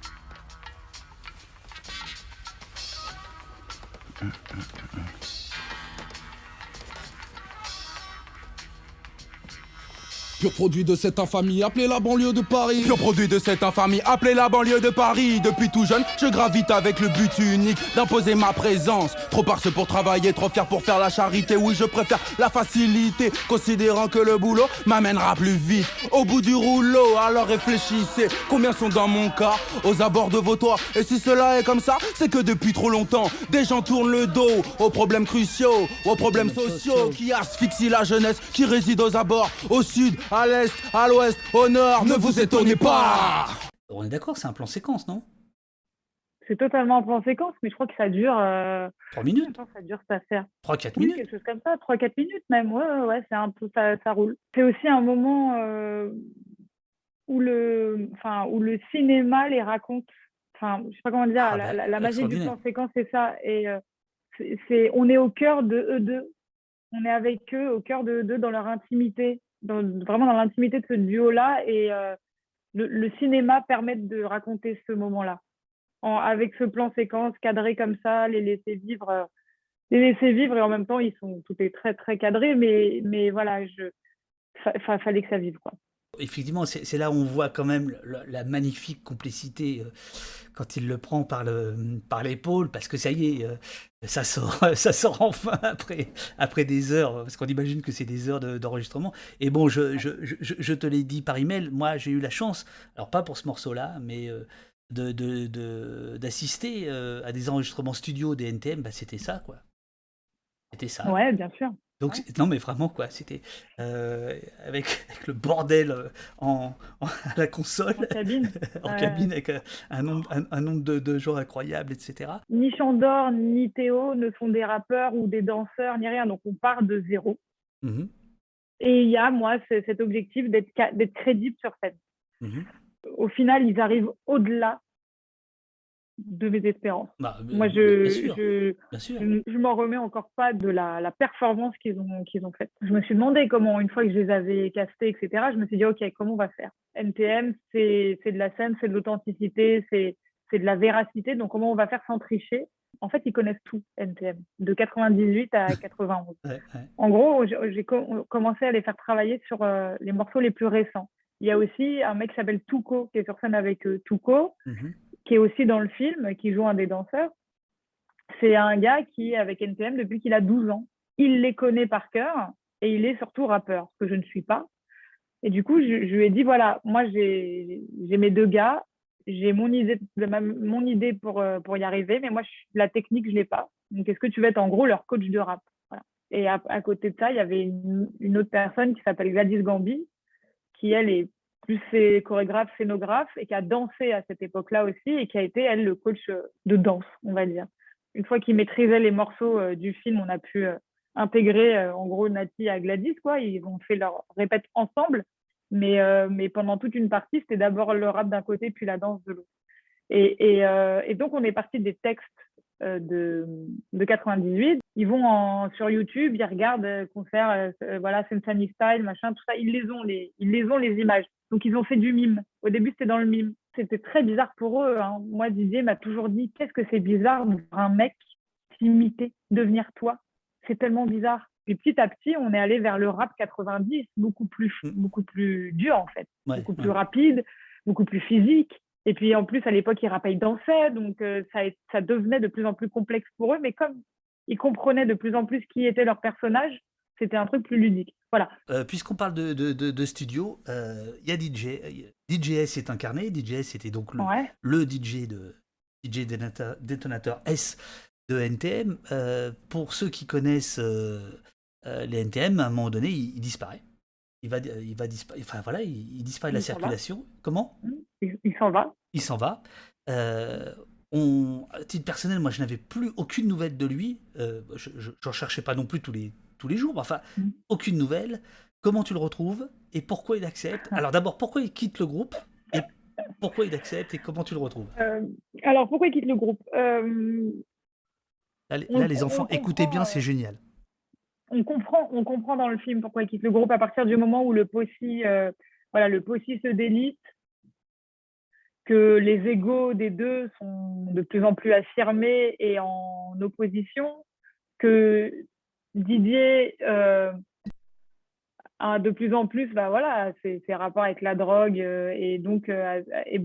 [SPEAKER 11] Pur produit de cette infamie, appelez la banlieue de Paris.
[SPEAKER 12] Pur produit de cette infamie, appelez la banlieue de Paris. Depuis tout jeune, je gravite avec le but unique d'imposer ma présence. Trop parse pour travailler, trop fier pour faire la charité. Oui, je préfère la facilité, considérant que le boulot m'amènera plus vite au bout du rouleau. Alors réfléchissez, combien sont dans mon cas aux abords de vos toits? Et si cela est comme ça, c'est que depuis trop longtemps, des gens tournent le dos aux problèmes cruciaux, aux problèmes sociaux qui asphyxient la jeunesse qui réside aux abords, au sud, à l'est, à l'ouest, au nord, ne vous étonnez pas.
[SPEAKER 1] On est d'accord, c'est un plan séquence, non?
[SPEAKER 3] C'est totalement un plan séquence, mais je crois que ça dure...
[SPEAKER 1] 3 minutes?
[SPEAKER 3] Attends, ça dure cette affaire.
[SPEAKER 1] 3-4
[SPEAKER 3] Oui,
[SPEAKER 1] minutes?
[SPEAKER 3] quelque chose comme ça, 3-4 minutes même, ouais, c'est un peu, ça roule. C'est aussi un moment où le cinéma les raconte, enfin, je sais pas comment dire, la magie du plan séquence, c'est ça, et on est au cœur de eux deux, on est avec eux, au cœur de eux deux, dans leur intimité, vraiment dans l'intimité de ce duo-là, et le cinéma permet de raconter ce moment-là. Avec ce plan séquence cadré comme ça, les laisser vivre et en même temps tout est très très cadré, mais voilà, fallait que ça vive, quoi.
[SPEAKER 1] Effectivement, c'est là où on voit quand même la magnifique complicité quand il le prend par l'épaule, parce que ça y est, ça sort enfin après des heures, parce qu'on imagine que c'est des heures d'enregistrement. Et bon, je te l'ai dit par email, moi j'ai eu la chance, alors pas pour ce morceau-là, mais d'assister à des enregistrements studio des NTM, bah, c'était ça, quoi. C'était ça.
[SPEAKER 3] Ouais, bien sûr.
[SPEAKER 1] Donc, non, mais vraiment, quoi, c'était avec le bordel à la console,
[SPEAKER 3] en cabine,
[SPEAKER 1] cabine avec un nombre de gens incroyables, etc.
[SPEAKER 3] Ni Chandor, ni Théo ne sont des rappeurs ou des danseurs, ni rien, donc on part de zéro.
[SPEAKER 1] Mmh. Et
[SPEAKER 3] il y a, moi, cet objectif d'être crédible sur scène.
[SPEAKER 1] Mmh.
[SPEAKER 3] Au final, ils arrivent au-delà de mes espérances.
[SPEAKER 1] Bah,
[SPEAKER 3] moi, je m'en remets encore pas de la performance qu'ils ont faite. Je me suis demandé comment, une fois que je les avais castés, etc., je me suis dit, OK, comment on va faire? NTM, c'est de la scène, c'est de l'authenticité, c'est de la véracité, donc comment on va faire sans tricher? En fait, ils connaissent tout, NTM, de 98 à 91.
[SPEAKER 1] Ouais.
[SPEAKER 3] En gros, j'ai commencé à les faire travailler sur les morceaux les plus récents. Il y a aussi un mec qui s'appelle Touko, qui est sur scène avec Touko, qui est aussi dans le film, qui joue un des danseurs. C'est un gars qui est avec NTM depuis qu'il a 12 ans. Il les connaît par cœur et il est surtout rappeur, ce que je ne suis pas. Et du coup, je lui ai dit, voilà, moi, j'ai mes deux gars, j'ai mon idée pour y arriver, mais moi, la technique, je ne l'ai pas. Donc, est-ce que tu veux être en gros leur coach de rap? Voilà. Et à côté de ça, il y avait une autre personne qui s'appelle Gladys Gambi, qui, elle, est plus chorégraphe, scénographe, et qui a dansé à cette époque-là aussi, et qui a été, elle, le coach de danse, on va dire. Une fois qu'ils maîtrisaient les morceaux du film, on a pu intégrer, en gros, Nati à Gladys, quoi. Ils ont fait leur répète ensemble, mais pendant toute une partie, c'était d'abord le rap d'un côté, puis la danse de l'autre. Et donc, on est parti des textes de 98. Ils vont sur YouTube, ils regardent concert, voilà, Sensani Style, machin, tout ça. Ils les ont les images. Donc, ils ont fait du mime. Au début, c'était dans le mime. C'était très bizarre pour eux, hein. Moi, Didier m'a toujours dit, qu'est-ce que c'est bizarre de voir un mec t'imiter, devenir toi. C'est tellement bizarre. Puis petit à petit, on est allé vers le rap 90, beaucoup plus dur en fait, beaucoup plus rapide, beaucoup plus physique. Et puis en plus, à l'époque, ils rappaient, ils dansaient, donc ça devenait de plus en plus complexe pour eux. Mais comme ils comprenaient de plus en plus qui était leur personnage, c'était un truc plus ludique. Voilà.
[SPEAKER 1] Puisqu'on parle de studio, il y a DJ. DJS est incarné. DJS était donc le DJ de DJ Detonator S de NTM. Pour ceux qui connaissent les NTM, à un moment donné, il disparaît. Il disparaître. Enfin voilà, il disparaît de la circulation. Comment ?
[SPEAKER 3] Il s'en va.
[SPEAKER 1] Il s'en va. À titre personnel, moi, je n'avais plus aucune nouvelle de lui. Je n'en cherchais pas non plus tous les jours. Enfin, aucune nouvelle. Comment tu le retrouves et pourquoi il accepte ? Alors d'abord, pourquoi il quitte le groupe et pourquoi il accepte et comment tu le retrouves ?
[SPEAKER 3] Alors, pourquoi il quitte le groupe ?
[SPEAKER 1] Là, les enfants, écoutez bien, c'est génial.
[SPEAKER 3] On comprend dans le film pourquoi il quitte le groupe à partir du moment où le Possi se délite, que les égos des deux sont de plus en plus affirmés et en opposition, que Didier a de plus en plus ses rapports avec la drogue et donc est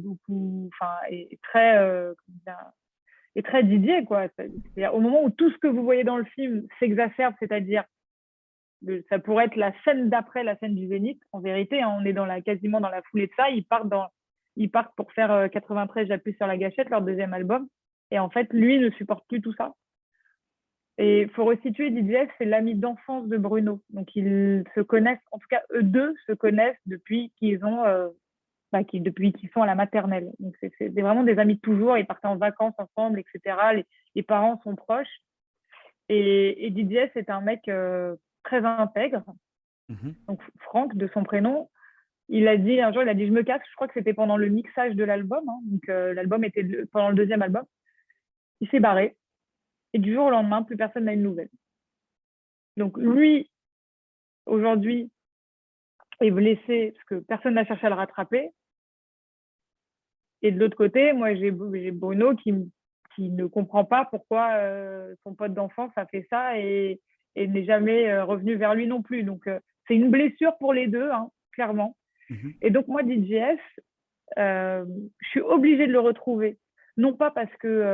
[SPEAKER 3] très Didier, quoi. C'est-à-dire, au moment où tout ce que vous voyez dans le film s'exacerbe, c'est-à-dire ça pourrait être la scène d'après la scène du Zénith, en vérité, hein, on est quasiment dans la foulée de ça. Ils partent pour faire 93 J'appuie sur la gâchette, leur deuxième album, et en fait lui ne supporte plus tout ça. Et il faut resituer, DJS, c'est l'ami d'enfance de Bruno, donc ils se connaissent, en tout cas eux deux se connaissent depuis qu'ils sont à la maternelle. Donc c'est vraiment des amis de toujours, ils partaient en vacances ensemble, etc. Les parents sont proches. Et DJS est un mec très intègre. Donc Franck, de son prénom, un jour, il a dit je me casse, je crois que c'était pendant le mixage de l'album, hein. Donc l'album était pendant le deuxième album. Il s'est barré. Et du jour au lendemain, plus personne n'a une nouvelle. Donc lui, aujourd'hui, est blessé parce que personne n'a cherché à le rattraper. Et de l'autre côté, moi, j'ai Bruno qui ne comprend pas pourquoi son pote d'enfance a fait ça et n'est jamais revenu vers lui non plus. Donc, c'est une blessure pour les deux, hein, clairement. Et donc, moi, DJS, je suis obligée de le retrouver. Non pas parce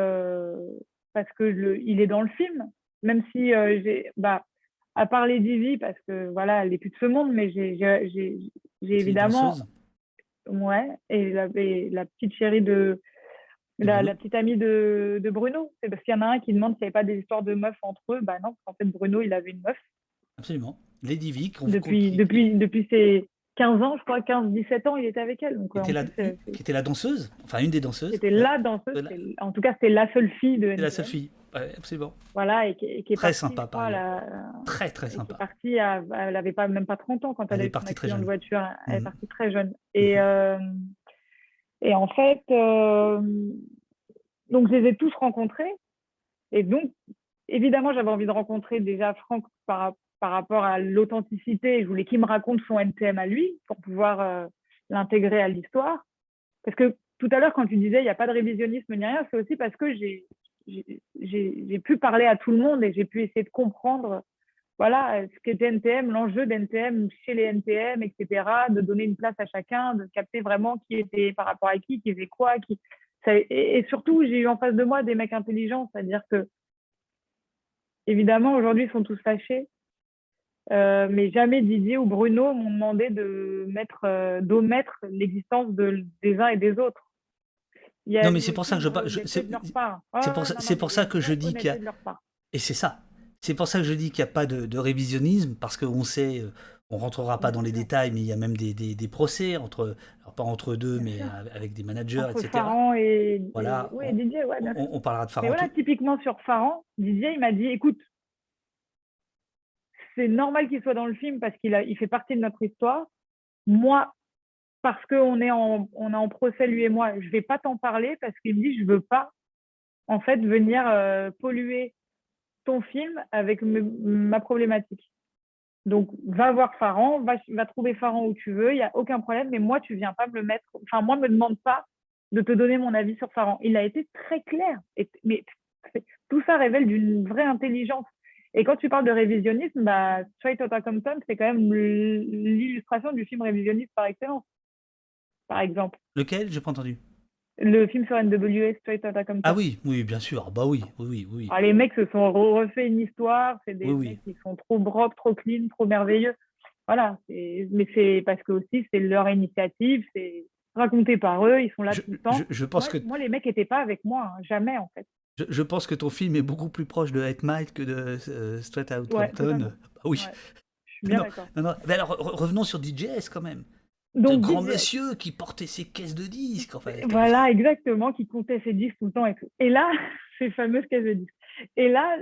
[SPEAKER 3] que il est dans le film, même si à part les Divi, parce que voilà, elle n'est plus de ce monde, mais j'ai évidemment... Ouais, et la petite chérie la petite amie de Bruno. C'est parce qu'il y en a un qui demande s'il n'y avait pas des histoires de meufs entre eux. Bah non, parce qu'en fait, Bruno, il avait une meuf.
[SPEAKER 1] Absolument. Lady V.
[SPEAKER 3] Depuis ses 15 ans, je crois, 15-17 ans, il était avec elle. Donc,
[SPEAKER 1] qui était la danseuse, enfin une des danseuses.
[SPEAKER 3] C'était la danseuse. En tout cas, c'était la seule fille de NTM.
[SPEAKER 1] La seule fille, ouais, absolument.
[SPEAKER 3] Voilà, et qui est
[SPEAKER 1] très
[SPEAKER 3] partie,
[SPEAKER 1] sympa, très très sympa.
[SPEAKER 3] Elle n'avait même pas 30 ans quand elle est
[SPEAKER 1] partie très jeune.
[SPEAKER 3] De voiture. Elle est partie très jeune. Et en fait, donc je les ai tous rencontrés. Et donc, évidemment, j'avais envie de rencontrer déjà Franck par rapport à l'authenticité. Je voulais qu'il me raconte son NTM à lui pour pouvoir l'intégrer à l'histoire. Parce que tout à l'heure, quand tu disais il n'y a pas de révisionnisme ni rien, c'est aussi parce que j'ai pu parler à tout le monde et j'ai pu essayer de comprendre ce qu'était NTM, l'enjeu d'NTM chez les NTM, etc., de donner une place à chacun, de capter vraiment qui était par rapport à qui faisait quoi. Et surtout, j'ai eu en face de moi des mecs intelligents, c'est-à-dire que, évidemment, aujourd'hui, ils sont tous fâchés, mais jamais Didier ou Bruno m'ont demandé d'omettre l'existence des uns et des autres.
[SPEAKER 1] Non, mais c'est pour ça que c'est pour ça que je dis qu'il y a... Et c'est ça. C'est pour ça que je dis qu'il n'y a pas de révisionnisme, parce qu'on sait, on ne rentrera pas dans les détails, mais il y a même des procès, alors pas entre deux, mais avec des managers,
[SPEAKER 3] entre
[SPEAKER 1] etc.
[SPEAKER 3] Farhan et
[SPEAKER 1] Didier,
[SPEAKER 3] ouais,
[SPEAKER 1] on parlera de Farhan.
[SPEAKER 3] Mais voilà, typiquement sur Farhan, Didier, il m'a dit, écoute, c'est normal qu'il soit dans le film parce qu'il fait partie de notre histoire. Moi, parce qu'on est en procès, lui et moi, je ne vais pas t'en parler parce qu'il me dit, je ne veux pas, en fait, venir polluer ton film avec ma problématique. Donc, va voir Farhan, va trouver Farhan où tu veux, il n'y a aucun problème, mais moi, tu ne viens pas me le mettre... Enfin, moi, ne me demande pas de te donner mon avis sur Farhan. Il a été très clair. Mais tout ça révèle d'une vraie intelligence. Et quand tu parles de révisionnisme, bah, Straight Outta Compton, c'est quand même l'illustration du film révisionniste par excellence, par exemple.
[SPEAKER 1] Lequel? J'ai pas entendu.
[SPEAKER 3] Le film sur NWA, Straight Outta
[SPEAKER 1] Ah
[SPEAKER 3] Compton.
[SPEAKER 1] oui, oui, bien sûr. Ah bah oui, oui, oui, oui.
[SPEAKER 3] Ah, les mecs se sont refait une histoire, c'est des
[SPEAKER 1] Oui, oui.
[SPEAKER 3] mecs qui sont trop propres, trop clean, trop merveilleux. Voilà, mais c'est parce que aussi c'est leur initiative, c'est raconté par eux, ils sont là tout le temps.
[SPEAKER 1] Je pense que
[SPEAKER 3] Moi, les mecs n'étaient pas avec moi, hein, jamais en fait.
[SPEAKER 1] je pense que ton film est beaucoup plus proche de 8 Mile que de Straight Outta
[SPEAKER 3] Ouais,
[SPEAKER 1] Compton.
[SPEAKER 3] totalement.
[SPEAKER 1] Ah oui.
[SPEAKER 3] Ouais, je suis bien
[SPEAKER 1] Non,
[SPEAKER 3] d'accord.
[SPEAKER 1] non, non. Mais alors revenons sur DJS quand même. Ce
[SPEAKER 3] Donc,
[SPEAKER 1] grand
[SPEAKER 3] DJS.
[SPEAKER 1] monsieur qui portait ses caisses de disques. Enfin,
[SPEAKER 3] Voilà, exactement, qui comptait ses disques tout le temps et tout. Et là, ces fameuses caisses de disques. Et là,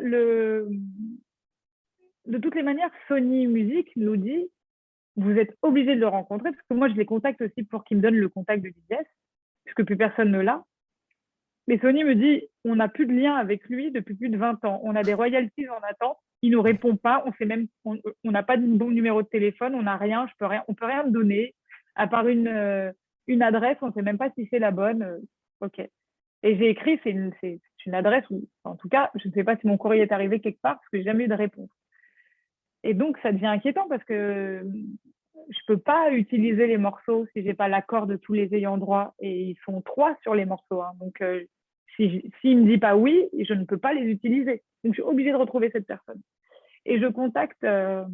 [SPEAKER 3] de toutes les manières, Sony Music nous dit, vous êtes obligé de le rencontrer, parce que moi, je les contacte aussi pour qu'ils me donnent le contact de DJS, puisque plus personne ne l'a. Mais Sony me dit, on n'a plus de lien avec lui depuis plus de 20 ans. On a des royalties en attente. Il ne nous répond pas. On n'a pas de bon numéro de téléphone. On n'a rien. On peut rien me donner, à part une adresse. On ne sait même pas si c'est la bonne. OK. Et j'ai écrit, c'est une adresse où, en tout cas, je ne sais pas si mon courrier est arrivé quelque part parce que j'ai jamais eu de réponse. Et donc, ça devient inquiétant parce que je peux pas utiliser les morceaux si j'ai pas l'accord de tous les ayants droit. Et ils sont 3 sur les morceaux. Hein. Donc, s'il me dit pas oui, je ne peux pas les utiliser. Donc, je suis obligée de retrouver cette personne. Et je contacte... à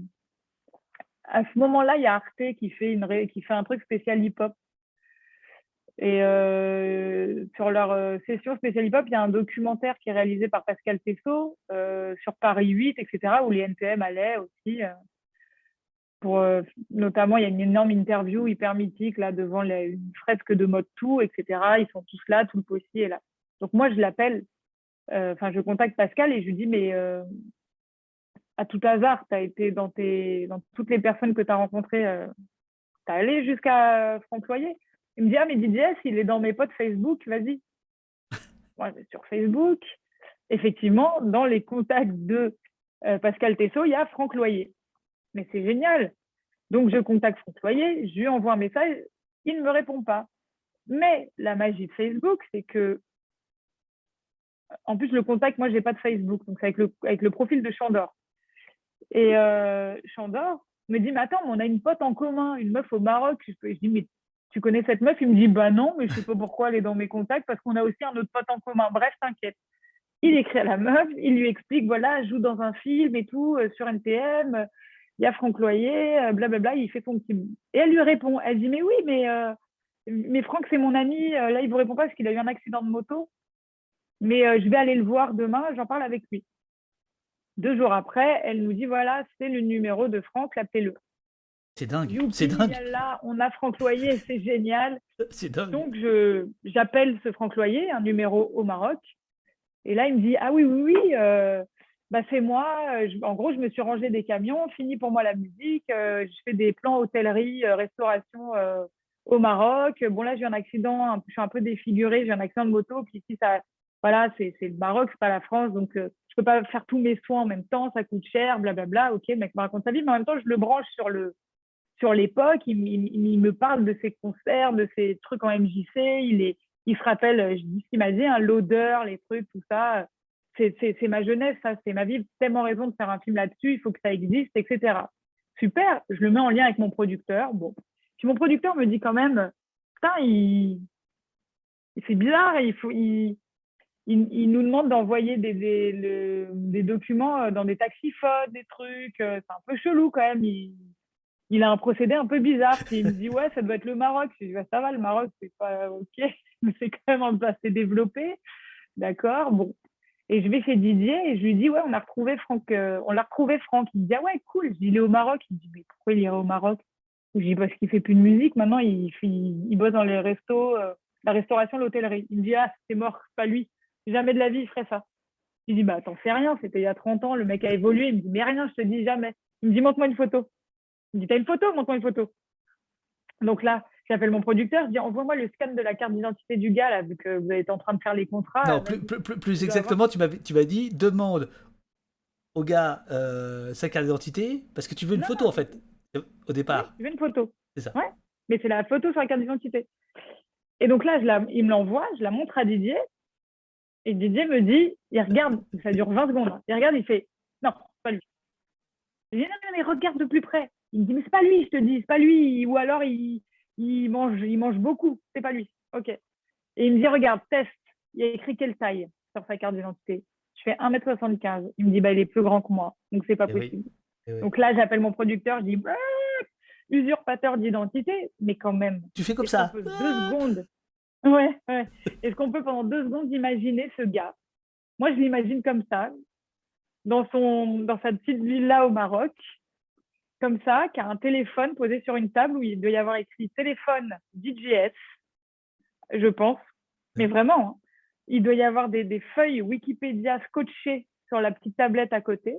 [SPEAKER 3] ce moment-là, il y a Arte qui fait un truc spécial hip-hop. Et sur leur session spéciale hip-hop, il y a un documentaire qui est réalisé par Pascal Tessot sur Paris 8, etc., où les NTM allaient aussi. Notamment, il y a une énorme interview hyper mythique là, devant une fresque de Mode Tout, etc. Ils sont tous là, tout le possi est là. Donc moi, je l'appelle, je contacte Pascal et je lui dis, mais à tout hasard, tu as été dans toutes les personnes que tu as rencontrées, tu es allé jusqu'à Franck Loyer. Il me dit, ah, mais DJS, il est dans mes potes Facebook, vas-y. Moi, sur Facebook, effectivement, dans les contacts de Pascal Tessot, il y a Franck Loyer. Mais c'est génial. Donc, je contacte Franck Loyer, je lui envoie un message, il ne me répond pas. Mais la magie de Facebook, c'est que, en plus, le contact, moi, je n'ai pas de Facebook, donc c'est avec le profil de Chandor. Et Chandor me dit, mais attends, on a une pote en commun, une meuf au Maroc. Je dis, mais tu connais cette meuf? Il me dit, bah non, mais je ne sais pas pourquoi elle est dans mes contacts, parce qu'on a aussi un autre pote en commun. Bref, t'inquiète. Il écrit à la meuf, il lui explique, voilà, je joue dans un film et tout, sur NTM, il y a Franck Loyer, blablabla, il fait son petit... Et elle lui répond, elle dit, mais oui, mais Franck, c'est mon ami, là, il ne vous répond pas parce qu'il a eu un accident de moto, mais je vais aller le voir demain, j'en parle avec lui. 2 jours après, elle nous dit, voilà, c'est le numéro de Franck, appelez-le.
[SPEAKER 1] C'est dingue,
[SPEAKER 3] Youpi,
[SPEAKER 1] c'est dingue.
[SPEAKER 3] Là, on a Franck Loyer, c'est génial.
[SPEAKER 1] C'est dingue.
[SPEAKER 3] Donc, j'appelle ce Franck Loyer, un numéro au Maroc. Et là, il me dit, ah oui, c'est moi. En gros, je me suis rangé des camions, fini pour moi la musique. Je fais des plans hôtellerie, restauration au Maroc. Bon, là, j'ai eu un accident, je suis un peu défigurée, j'ai un accident de moto. Puis ici, voilà, c'est le Maroc, c'est pas la France. Donc, je peux pas faire tous mes soins en même temps, ça coûte cher, blablabla. Ok, le mec me raconte sa vie, mais en même temps, je le branche sur l'époque, il me parle de ses concerts, de ses trucs en MJC, il se rappelle, je dis ce qu'il m'a dit, l'odeur, les trucs, tout ça. C'est ma jeunesse, ça, c'est ma vie. Tellement raison de faire un film là-dessus, il faut que ça existe, etc. Super, je le mets en lien avec mon producteur. Bon. Puis mon producteur me dit quand même, putain, c'est bizarre, il nous demande d'envoyer des documents dans des taxiphones, des trucs. C'est un peu chelou quand même. Il a un procédé un peu bizarre. Puis il me dit, ouais, ça doit être le Maroc. Je dis, bah, ça va, le Maroc, c'est pas OK. Mais c'est quand même un peu assez développé. D'accord, bon. Et je vais chez Didier et je lui dis, ouais, on l'a retrouvé, Franck. Il me dit, ah ouais, cool. Je dis, il est au Maroc. Il me dit, mais pourquoi il irait au Maroc? Je dis, parce qu'il fait plus de musique. Maintenant, il bosse dans les restos, la restauration, l'hôtellerie. Il me dit, ah, c'est mort, c'est pas lui. Jamais de la vie, il ferait ça. Je dis, bah, t'en sais rien. C'était il y a 30 ans. Le mec a évolué. Il me dit, mais rien, je te dis jamais. Il me dit, montre-moi une photo. Il me dit, t'as une photo? Montre-moi une photo. Donc là, j'appelle mon producteur, je dis, envoie-moi le scan de la carte d'identité du gars, là, vu que vous êtes en train de faire les contrats.
[SPEAKER 1] Non, plus exactement, tu m'as dit, demande au gars sa carte d'identité, parce que tu veux une photo, en fait, au départ.
[SPEAKER 3] Oui, je veux une photo.
[SPEAKER 1] C'est ça.
[SPEAKER 3] Ouais, mais c'est la photo sur la carte d'identité. Et donc là, il me l'envoie, je la montre à Didier, et Didier me dit, il regarde, ça dure 20 secondes, il regarde, il fait, non, pas lui. Je dis, non, non, mais regarde de plus près. Il me dit, mais c'est pas lui, je te dis, c'est pas lui. Ou alors, il mange beaucoup, c'est pas lui. OK. Et il me dit, regarde, test. Il y a écrit quelle taille sur sa carte d'identité. Je fais 1m75. Il me dit, bah, il est plus grand que moi, donc c'est pas possible.
[SPEAKER 1] Oui.
[SPEAKER 3] Donc là, j'appelle mon producteur, je dis, usurpateur d'identité, mais quand même.
[SPEAKER 1] Tu fais comme ça.
[SPEAKER 3] 2 secondes. Ouais. Est-ce qu'on peut pendant 2 secondes imaginer ce gars? Moi, je l'imagine comme ça, dans sa petite villa au Maroc, comme ça, qui a un téléphone posé sur une table où il doit y avoir écrit téléphone DJS, je pense. Mais vraiment, hein. Il doit y avoir des feuilles Wikipédia scotchées sur la petite tablette à côté.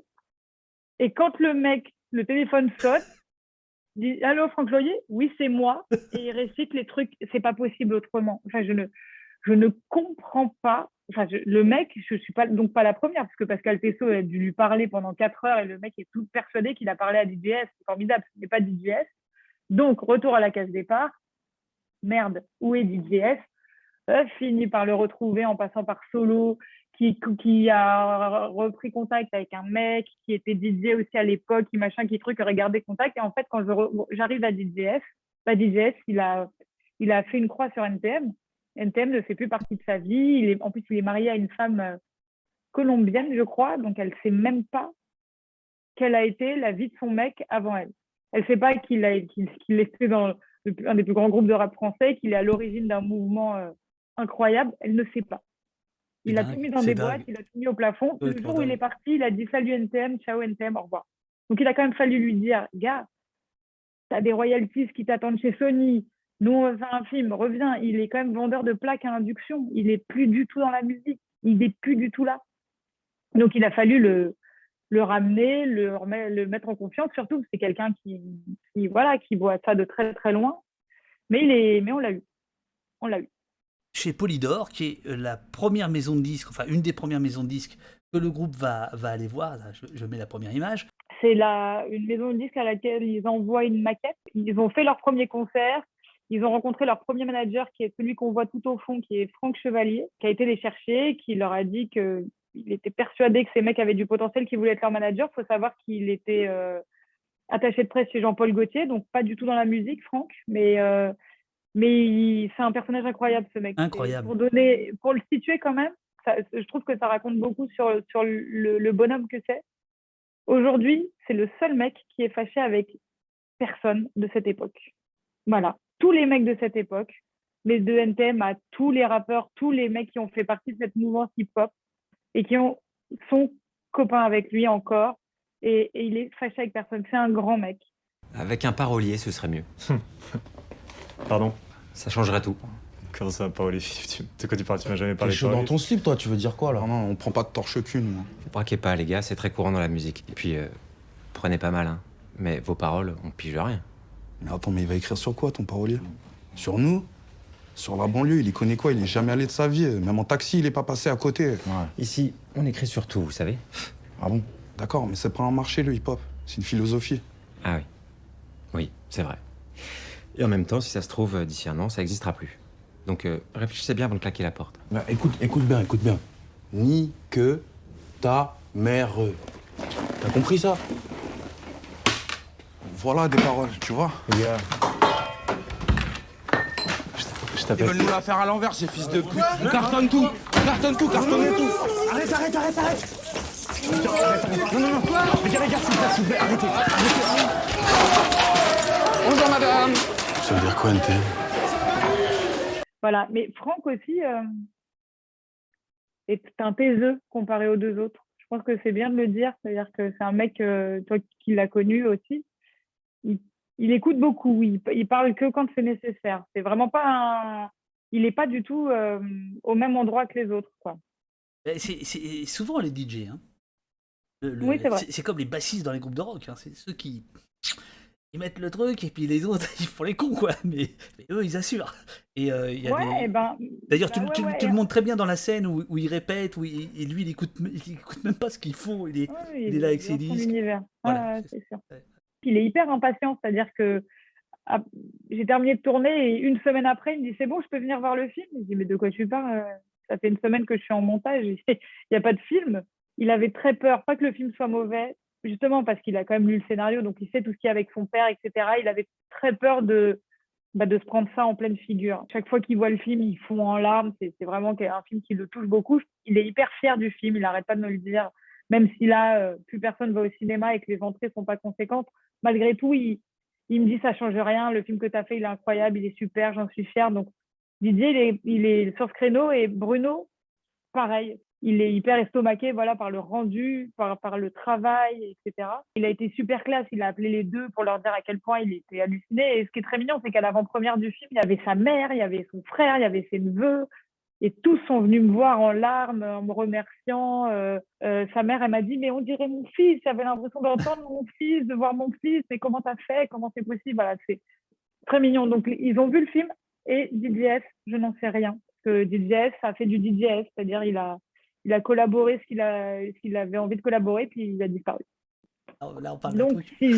[SPEAKER 3] Et quand le téléphone sonne, dit « Allô, Franck Loyer ?» « Oui, c'est moi. » Et il récite les trucs. C'est pas possible autrement. Enfin, je ne comprends pas. Enfin, le mec, je suis donc pas la première, parce que Pascal Tessot a dû lui parler pendant 4 heures et le mec est tout persuadé qu'il a parlé à DJS. C'est formidable, ce n'est pas DJS. Donc, retour à la case départ. Merde, où est DJS? Fini par le retrouver en passant par Solo, qui a repris contact avec un mec qui était DJ aussi à l'époque, qui aurait gardé contact. Et en fait, quand j'arrive à DJS, DJS, il a fait une croix sur NTM. NTM ne fait plus partie de sa vie. En plus, il est marié à une femme colombienne, je crois, donc elle ne sait même pas quelle a été la vie de son mec avant elle. Elle ne sait pas qu'il était dans un des plus grands groupes de rap français, qu'il est à l'origine d'un mouvement incroyable. Elle ne sait pas. Il a tout mis dans des boîtes, il a tout mis au plafond. Le jour où il est parti, il a dit « Salut NTM, ciao NTM, au revoir ». Donc, il a quand même fallu lui dire « Gars, tu as des royalties qui t'attendent chez Sony. Nous, on va faire un film, reviens. » Il est quand même vendeur de plaques à induction. Il n'est plus du tout dans la musique. Il n'est plus du tout là. Donc, il a fallu le ramener, le mettre en confiance. Surtout, c'est quelqu'un qui voit ça de très, très loin. Mais on l'a eu. On l'a eu.
[SPEAKER 1] Chez Polydor, qui est la première maison de disques, enfin une des premières maisons de disques que le groupe va aller voir. Là, je mets la première image.
[SPEAKER 3] C'est une maison de disques à laquelle ils envoient une maquette. Ils ont fait leur premier concert. Ils ont rencontré leur premier manager, qui est celui qu'on voit tout au fond, qui est Franck Chevalier, qui a été les chercher, qui leur a dit qu'il était persuadé que ces mecs avaient du potentiel, qu'ils voulaient être leur manager. Il faut savoir qu'il était attaché de presse chez Jean-Paul Gaultier, donc pas du tout dans la musique, Franck, mais c'est un personnage incroyable, ce mec.
[SPEAKER 1] Incroyable.
[SPEAKER 3] Pour le situer quand même, je trouve que ça raconte beaucoup sur le bonhomme que c'est. Aujourd'hui, c'est le seul mec qui est fâché avec personne de cette époque. Voilà. Tous les mecs de cette époque, mais de NTM à tous les rappeurs, tous les mecs qui ont fait partie de cette mouvance hip-hop et qui sont copains avec lui encore. Et il est fâché avec personne. C'est un grand mec.
[SPEAKER 13] Avec un parolier, ce serait mieux.
[SPEAKER 14] Pardon?
[SPEAKER 13] Ça changerait tout.
[SPEAKER 14] Comment ça, parolier? De quoi tu parles? Tu m'as jamais parlé
[SPEAKER 4] T'es
[SPEAKER 14] de
[SPEAKER 4] chaud dans
[SPEAKER 14] parolier?
[SPEAKER 4] ton slip, toi, tu veux dire quoi, là?
[SPEAKER 7] Non, on prend pas de torche qu'une, moi.
[SPEAKER 13] Vous braquez pas, les gars, c'est très courant dans la musique. Et puis, prenez pas mal, hein. Mais vos paroles, on pige rien.
[SPEAKER 7] Mais attends, mais il va écrire sur quoi, ton parolier? Sur nous? Sur la banlieue, il y connaît quoi? Il est jamais allé de sa vie. Même en taxi, il est pas passé à côté. Ouais.
[SPEAKER 13] Ici, on écrit sur tout, vous savez.
[SPEAKER 7] Ah bon? D'accord, mais c'est pas un marché, le hip-hop. C'est une philosophie.
[SPEAKER 13] Ah oui. Oui, c'est vrai. Et en même temps, si ça se trouve, d'ici un an, ça n'existera plus. Donc, réfléchissez bien avant de claquer la porte.
[SPEAKER 4] Bah, écoute bien. Ni que ta mère. T'as compris ça?
[SPEAKER 7] Voilà des paroles, tu vois?
[SPEAKER 14] Yeah.
[SPEAKER 7] Ils veulent nous la faire à l'envers, ces fils de pute. On cartonne tout. Cartonnez tout.
[SPEAKER 10] Arrête. Non. Mais regarde, s'il vous plaît, arrêtez.
[SPEAKER 7] Bonjour, madame.
[SPEAKER 4] Ça veut dire quoi, NTM?
[SPEAKER 3] Voilà. Mais Franck aussi est un taiseux comparé aux deux autres. Je pense que c'est bien de le dire. C'est-à-dire que c'est un mec, toi qui l'as connu aussi, il écoute beaucoup. Il parle que quand c'est nécessaire. C'est vraiment pas il n'est pas du tout au même endroit que les autres, quoi.
[SPEAKER 1] C'est souvent les DJ. Hein.
[SPEAKER 3] Oui, c'est vrai.
[SPEAKER 1] C'est comme les bassistes dans les groupes de rock. Hein. C'est ceux qui ils mettent le truc et puis les autres ils font les cons, quoi. Mais eux ils assurent. Et il y a d'ailleurs tu le montres très bien dans la scène où il répète, et lui il écoute même pas ce qu'ils font. Il est là avec ses disques.
[SPEAKER 3] Univers.
[SPEAKER 1] Voilà,
[SPEAKER 3] c'est sûr. Il est hyper impatient, c'est-à-dire que j'ai terminé de tourner et une semaine après, il me dit c'est bon, je peux venir voir le film. Je dis mais de quoi tu parles? Ça fait une semaine que je suis en montage, il n'y a pas de film. Il avait très peur, pas que le film soit mauvais, justement parce qu'il a quand même lu le scénario, donc il sait tout ce qu'il y a avec son père, etc. Il avait très peur de se prendre ça en pleine figure. Chaque fois qu'il voit le film, il fond en larmes. C'est vraiment un film qui le touche beaucoup. Il est hyper fier du film, il n'arrête pas de me le dire. Même si là, plus personne va au cinéma et que les entrées ne sont pas conséquentes, malgré tout, il me dit ça ne change rien, le film que tu as fait, il est incroyable, il est super, j'en suis fière. Donc Didier, il est sur ce créneau, et Bruno, pareil. Il est hyper estomaqué, voilà, par le rendu, par le travail, etc. Il a été super classe. Il a appelé les deux pour leur dire à quel point il était halluciné. Et ce qui est très mignon, c'est qu'à l'avant-première du film, il y avait sa mère, il y avait son frère, il y avait ses neveux. Et tous sont venus me voir en larmes, en me remerciant. Sa mère, elle m'a dit, mais on dirait mon fils. J'avais l'impression d'entendre mon fils, de voir mon fils. Mais comment t'as fait? Comment c'est possible? Voilà, c'est très mignon. Donc, ils ont vu le film. Et DJS, je n'en sais rien. Parce que DJS a fait du DJS, c'est-à-dire il a collaboré ce qu'il avait envie de collaborer, puis il a disparu.
[SPEAKER 1] Là, on parle
[SPEAKER 3] donc, si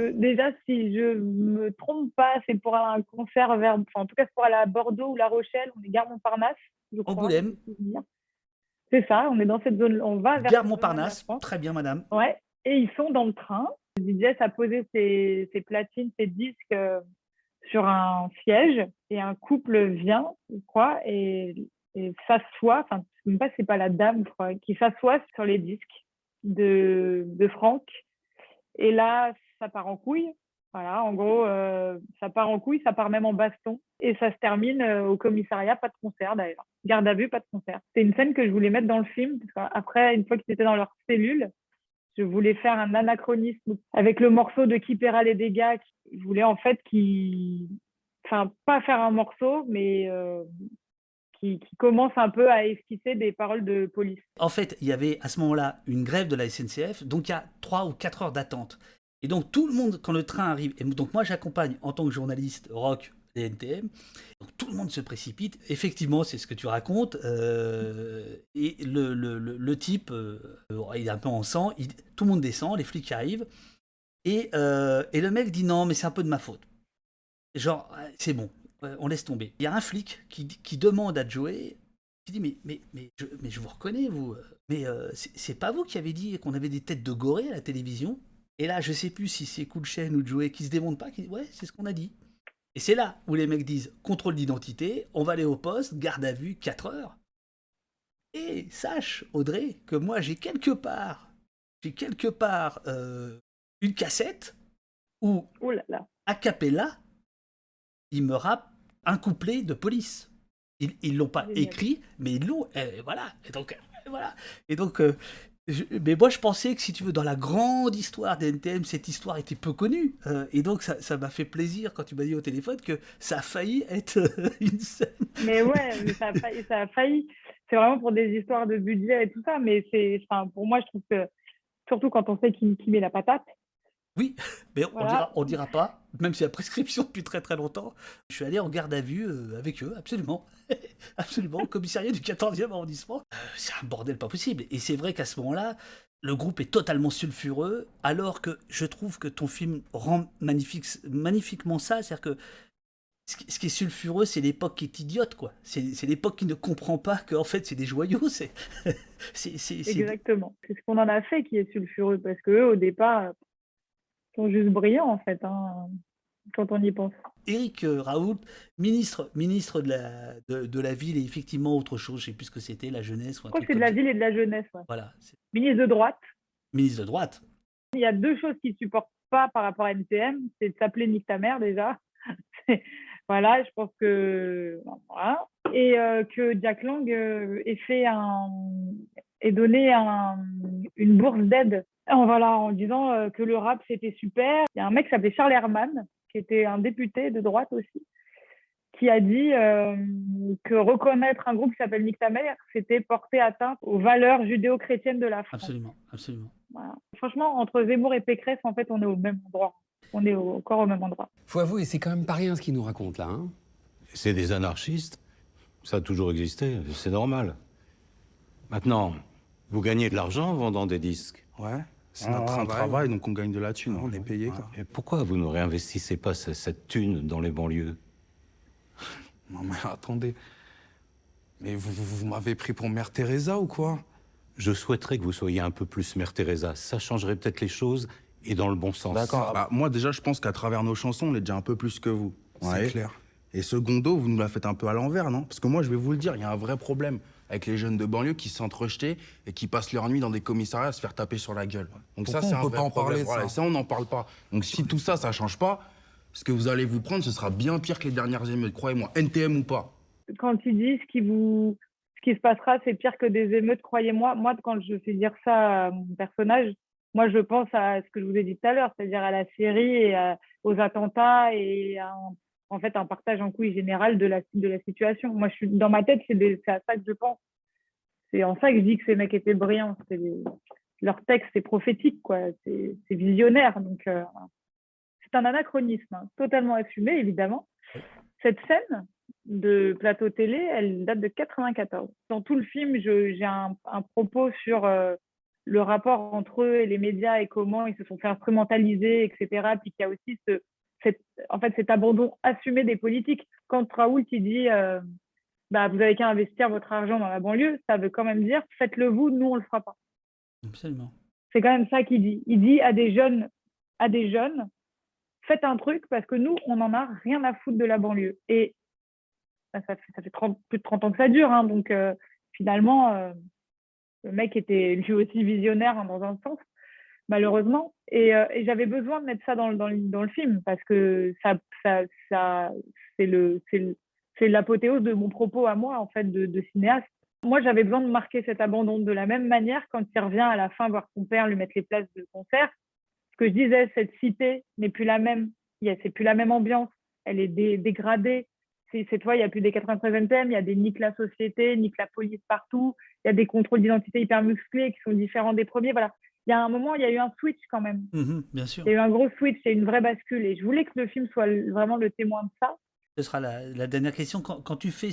[SPEAKER 3] je me trompe pas, c'est pour un concert en tout cas, c'est pour aller à Bordeaux ou La Rochelle. On est Gare Montparnasse, je crois.
[SPEAKER 1] Angoulême.
[SPEAKER 3] C'est ça, on est dans cette zone. On va vers
[SPEAKER 1] Gare Montparnasse, très bien, madame.
[SPEAKER 3] Ouais, et ils sont dans le train. DJS a posé ses platines, ses disques sur un siège, et un couple vient, je crois, et s'assoit, enfin, je ne sais pas si c'est pas la dame, je crois, qui s'assoit sur les disques de Franck. Et là, ça part en couille. Voilà, en gros, ça part en couille, ça part même en baston. Et ça se termine au commissariat, pas de concert d'ailleurs. Garde à vue, pas de concert. C'est une scène que je voulais mettre dans le film, parce qu'après, une fois qu'ils étaient dans leur cellule, je voulais faire un anachronisme avec le morceau de Qui paiera les dégâts. Je voulais en fait enfin, pas faire un morceau, mais qui commence un peu à esquisser des paroles de police.
[SPEAKER 1] En fait, il y avait à ce moment-là une grève de la SNCF, donc il y a 3 ou 4 heures d'attente. Et donc tout le monde, quand le train arrive, et donc moi j'accompagne en tant que journaliste rock les NTM, donc tout le monde se précipite. Effectivement, c'est ce que tu racontes. Et le type, il est un peu en sang, tout le monde descend, les flics arrivent, et le mec dit non, mais c'est un peu de ma faute. Genre, c'est bon. On laisse tomber. Il y a un flic qui demande à Joey, qui dit mais je vous reconnais, vous. Mais c'est pas vous qui avez dit qu'on avait des têtes de gorée à la télévision? Et là, je sais plus si c'est Coolchen ou Joey qui se démonte pas, qui dit ouais, c'est ce qu'on a dit. Et c'est là où les mecs disent contrôle d'identité, on va aller au poste, garde à vue, 4 heures. Et sache, Audrey, que moi j'ai quelque part une cassette où, a cappella, il me rappe un couplet de Police. Ils l'ont pas écrit, mais ils l'ont. Voilà. Et donc, mais moi, je pensais que si tu veux, dans la grande histoire des NTM, cette histoire était peu connue. Et donc, ça m'a fait plaisir quand tu m'as dit au téléphone que ça a failli être une scène.
[SPEAKER 3] Mais ouais, mais ça a failli. C'est vraiment pour des histoires de budget et tout ça. Mais pour moi, je trouve que, surtout quand on sait qui met la patate.
[SPEAKER 1] Oui, mais on dira pas, même s'il y a prescription depuis très très longtemps. Je suis allé en garde à vue avec eux, absolument. Absolument, au commissariat du 14e arrondissement. C'est un bordel pas possible. Et c'est vrai qu'à ce moment-là, le groupe est totalement sulfureux, alors que je trouve que ton film rend magnifiquement ça. C'est-à-dire que ce qui est sulfureux, c'est l'époque qui est idiote, quoi. C'est l'époque qui ne comprend pas qu'en fait, c'est des joyaux.
[SPEAKER 3] Exactement. C'est ce qu'on en a fait qui est sulfureux, parce qu'eux, au départ, sont juste brillants, en fait, quand on y pense.
[SPEAKER 1] Éric Raoult, ministre de la ville et effectivement autre chose, je ne sais plus ce que c'était, la jeunesse.
[SPEAKER 3] Je crois que c'est de la ville et de la jeunesse. Ouais.
[SPEAKER 1] Voilà.
[SPEAKER 3] Ministre de droite.
[SPEAKER 1] Ministre de droite.
[SPEAKER 3] Il y a 2 choses qu'il ne supporte pas par rapport à NTM, c'est de s'appeler Nique ta mère déjà. Voilà, je pense que... Voilà. Et que Jack Lang ait donné une bourse d'aide en disant que le rap c'était super. Il y a un mec qui s'appelait Charles Herman, qui était un député de droite aussi, qui a dit que reconnaître un groupe qui s'appelle Nique ta mère, c'était porter atteinte aux valeurs judéo-chrétiennes de la France.
[SPEAKER 1] Absolument, absolument.
[SPEAKER 3] Voilà. Franchement, entre Zemmour et Pécresse, en fait, on est au même endroit. On est encore au même endroit.
[SPEAKER 15] Faut avouer, c'est quand même pas rien ce qu'ils nous racontent là. Hein.
[SPEAKER 16] C'est des anarchistes. Ça a toujours existé, c'est normal. Maintenant, vous gagnez de l'argent en vendant des disques.
[SPEAKER 7] Ouais, c'est notre travail, donc on gagne de la thune, on est payé. Quoi.
[SPEAKER 16] Et pourquoi vous ne réinvestissez pas cette thune dans les banlieues?
[SPEAKER 7] Non mais attendez, mais vous m'avez pris pour Mère Teresa ou quoi?
[SPEAKER 16] je souhaiterais que vous soyez un peu plus Mère Teresa. Ça changerait peut-être les choses et dans le bon sens.
[SPEAKER 12] D'accord. Bah, moi, déjà, je pense qu'à travers nos chansons, on est déjà un peu plus que vous.
[SPEAKER 7] C'est clair.
[SPEAKER 12] Et secondo, vous nous la faites un peu à l'envers, non? Parce que moi, je vais vous le dire, il y a un vrai problème avec les jeunes de banlieue qui se sentent rejetés et qui passent leur nuit dans des commissariats à se faire taper sur la gueule. Donc
[SPEAKER 7] Pourquoi
[SPEAKER 12] ça, c'est
[SPEAKER 7] on
[SPEAKER 12] un
[SPEAKER 7] peut
[SPEAKER 12] vrai
[SPEAKER 7] pas en
[SPEAKER 12] problème.
[SPEAKER 7] parler de
[SPEAKER 12] Voilà,
[SPEAKER 7] ça
[SPEAKER 12] et ça, on n'en parle pas. Donc si tout ça, ça change pas, ce que vous allez vous prendre, ce sera bien pire que les dernières émeutes, croyez-moi, NTM ou pas.
[SPEAKER 3] Quand il dit ce qui se passera, c'est pire que des émeutes, croyez-moi. Moi, quand je fais dire ça à mon personnage, moi, je pense à ce que je vous ai dit tout à l'heure, c'est-à-dire à la série et aux attentats et à en fait un partage en couille général de la situation. Moi, dans ma tête, c'est à ça que je pense. C'est en ça que je dis que ces mecs étaient brillants. Leur texte, c'est prophétique, quoi. C'est visionnaire. Donc, c'est un anachronisme, hein, totalement assumé, évidemment. Cette scène de plateau télé, elle date de 94. Dans tout le film, j'ai un propos sur le rapport entre eux et les médias et comment ils se sont fait instrumentaliser, etc. Puis qu'il y a aussi cet abandon assumé des politiques. Quand Raoult il dit vous avez qu'à investir votre argent dans la banlieue, ça veut quand même dire faites-le vous, nous on le fera pas.
[SPEAKER 1] Absolument. C'est
[SPEAKER 3] quand même ça qu'il dit. Il dit à des jeunes, faites un truc parce que nous, on n'en a rien à foutre de la banlieue. Et ça fait plus de 30 ans que ça dure. Hein, donc finalement, le mec était lui aussi visionnaire, hein, dans un sens, malheureusement. Et j'avais besoin de mettre ça dans le film parce que c'est l'apothéose de mon propos à moi, en fait, de cinéaste. Moi, j'avais besoin de marquer cet abandon de la même manière quand il revient à la fin voir son père lui mettre les places de concert. Ce que je disais, cette cité n'est plus la même. C'est plus la même ambiance. Elle est dégradée. Cette fois, il n'y a plus des 93 NTM, il y a des nique la société, nique la police partout. Il y a des contrôles d'identité hyper musclés qui sont différents des premiers. Voilà. Il y a un moment, il y a eu un switch quand même.
[SPEAKER 1] Bien sûr.
[SPEAKER 3] Il y a eu un gros switch, il y a eu une vraie bascule. Et je voulais que le film soit vraiment le témoin de ça.
[SPEAKER 1] Ce sera la dernière question. Quand tu fais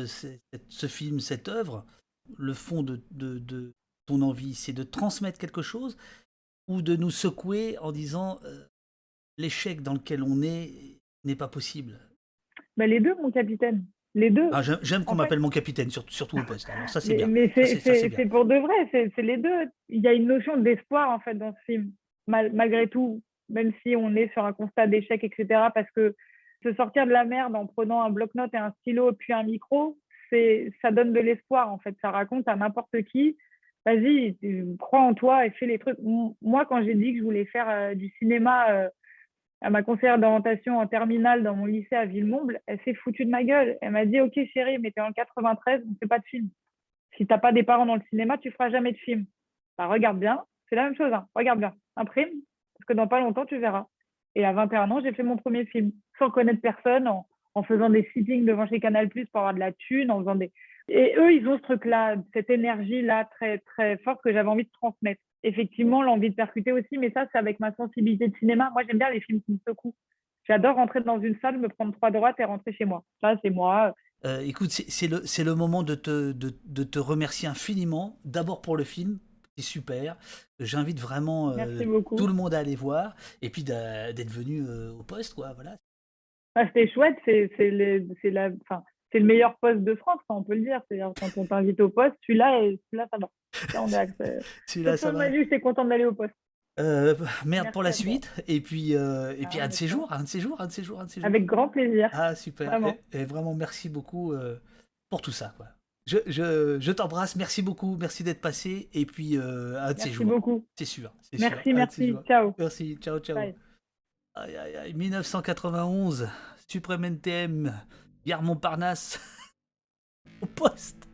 [SPEAKER 1] ce film, cette œuvre, le fond de ton envie, c'est de transmettre quelque chose ou de nous secouer en disant l'échec dans lequel on est n'est pas possible?
[SPEAKER 3] Les deux, mon capitaine. Les deux.
[SPEAKER 1] Ah, j'aime qu'on m'appelle mon capitaine, surtout au poste. Alors ça, c'est bien.
[SPEAKER 3] Mais c'est pour de vrai, c'est les deux. Il y a une notion d'espoir, en fait, dans ce film. Malgré tout, même si on est sur un constat d'échec, etc., parce que se sortir de la merde en prenant un bloc-notes et un stylo puis un micro, ça donne de l'espoir, en fait. Ça raconte à n'importe qui, vas-y, crois en toi et fais les trucs. Moi, quand j'ai dit que je voulais faire du cinéma à ma conseillère d'orientation en terminale dans mon lycée à Villemomble, elle s'est foutue de ma gueule. Elle m'a dit « Ok chérie, mais t'es en 93, on ne fait pas de film. Si t'as pas des parents dans le cinéma, tu feras jamais de film. Bah, regarde bien, c'est la même chose, hein. Regarde bien, imprime, parce que dans pas longtemps, tu verras. » Et à 21 ans, j'ai fait mon premier film, sans connaître personne, en faisant des sittings devant chez Canal+, pour avoir de la thune, en faisant des... Et eux, ils ont ce truc-là, cette énergie-là très, très forte que j'avais envie de transmettre. Effectivement, l'envie de percuter aussi, mais ça, c'est avec ma sensibilité de cinéma. Moi, j'aime bien les films qui me secouent. J'adore rentrer dans une salle, me prendre 3 droites et rentrer chez moi. Ça, c'est moi.
[SPEAKER 1] Écoute, c'est le moment de te remercier infiniment, d'abord pour le film, c'est super. J'invite vraiment tout le monde à aller voir, et puis d'être venu au poste, quoi, voilà.
[SPEAKER 3] C'était chouette, c'est le meilleur poste de France, on peut le dire. C'est-à-dire, quand on t'invite au poste, celui-là, ça va. Là, on est
[SPEAKER 1] celui-là, ça va.
[SPEAKER 3] J'étais contente d'aller au poste.
[SPEAKER 1] Merci pour la suite, et puis un de ces jours,
[SPEAKER 3] Avec grand plaisir.
[SPEAKER 1] Ah, super.
[SPEAKER 3] Vraiment.
[SPEAKER 1] Et vraiment, merci beaucoup pour tout ça, quoi. Je t'embrasse, merci beaucoup, merci d'être passé, et puis un de ces jours.
[SPEAKER 3] Merci beaucoup.
[SPEAKER 1] C'est sûr.
[SPEAKER 3] Merci, ciao.
[SPEAKER 1] Merci, ciao.
[SPEAKER 3] Bye.
[SPEAKER 1] Aïe, 1991, Suprême NTM, Gare Montparnasse, au poste.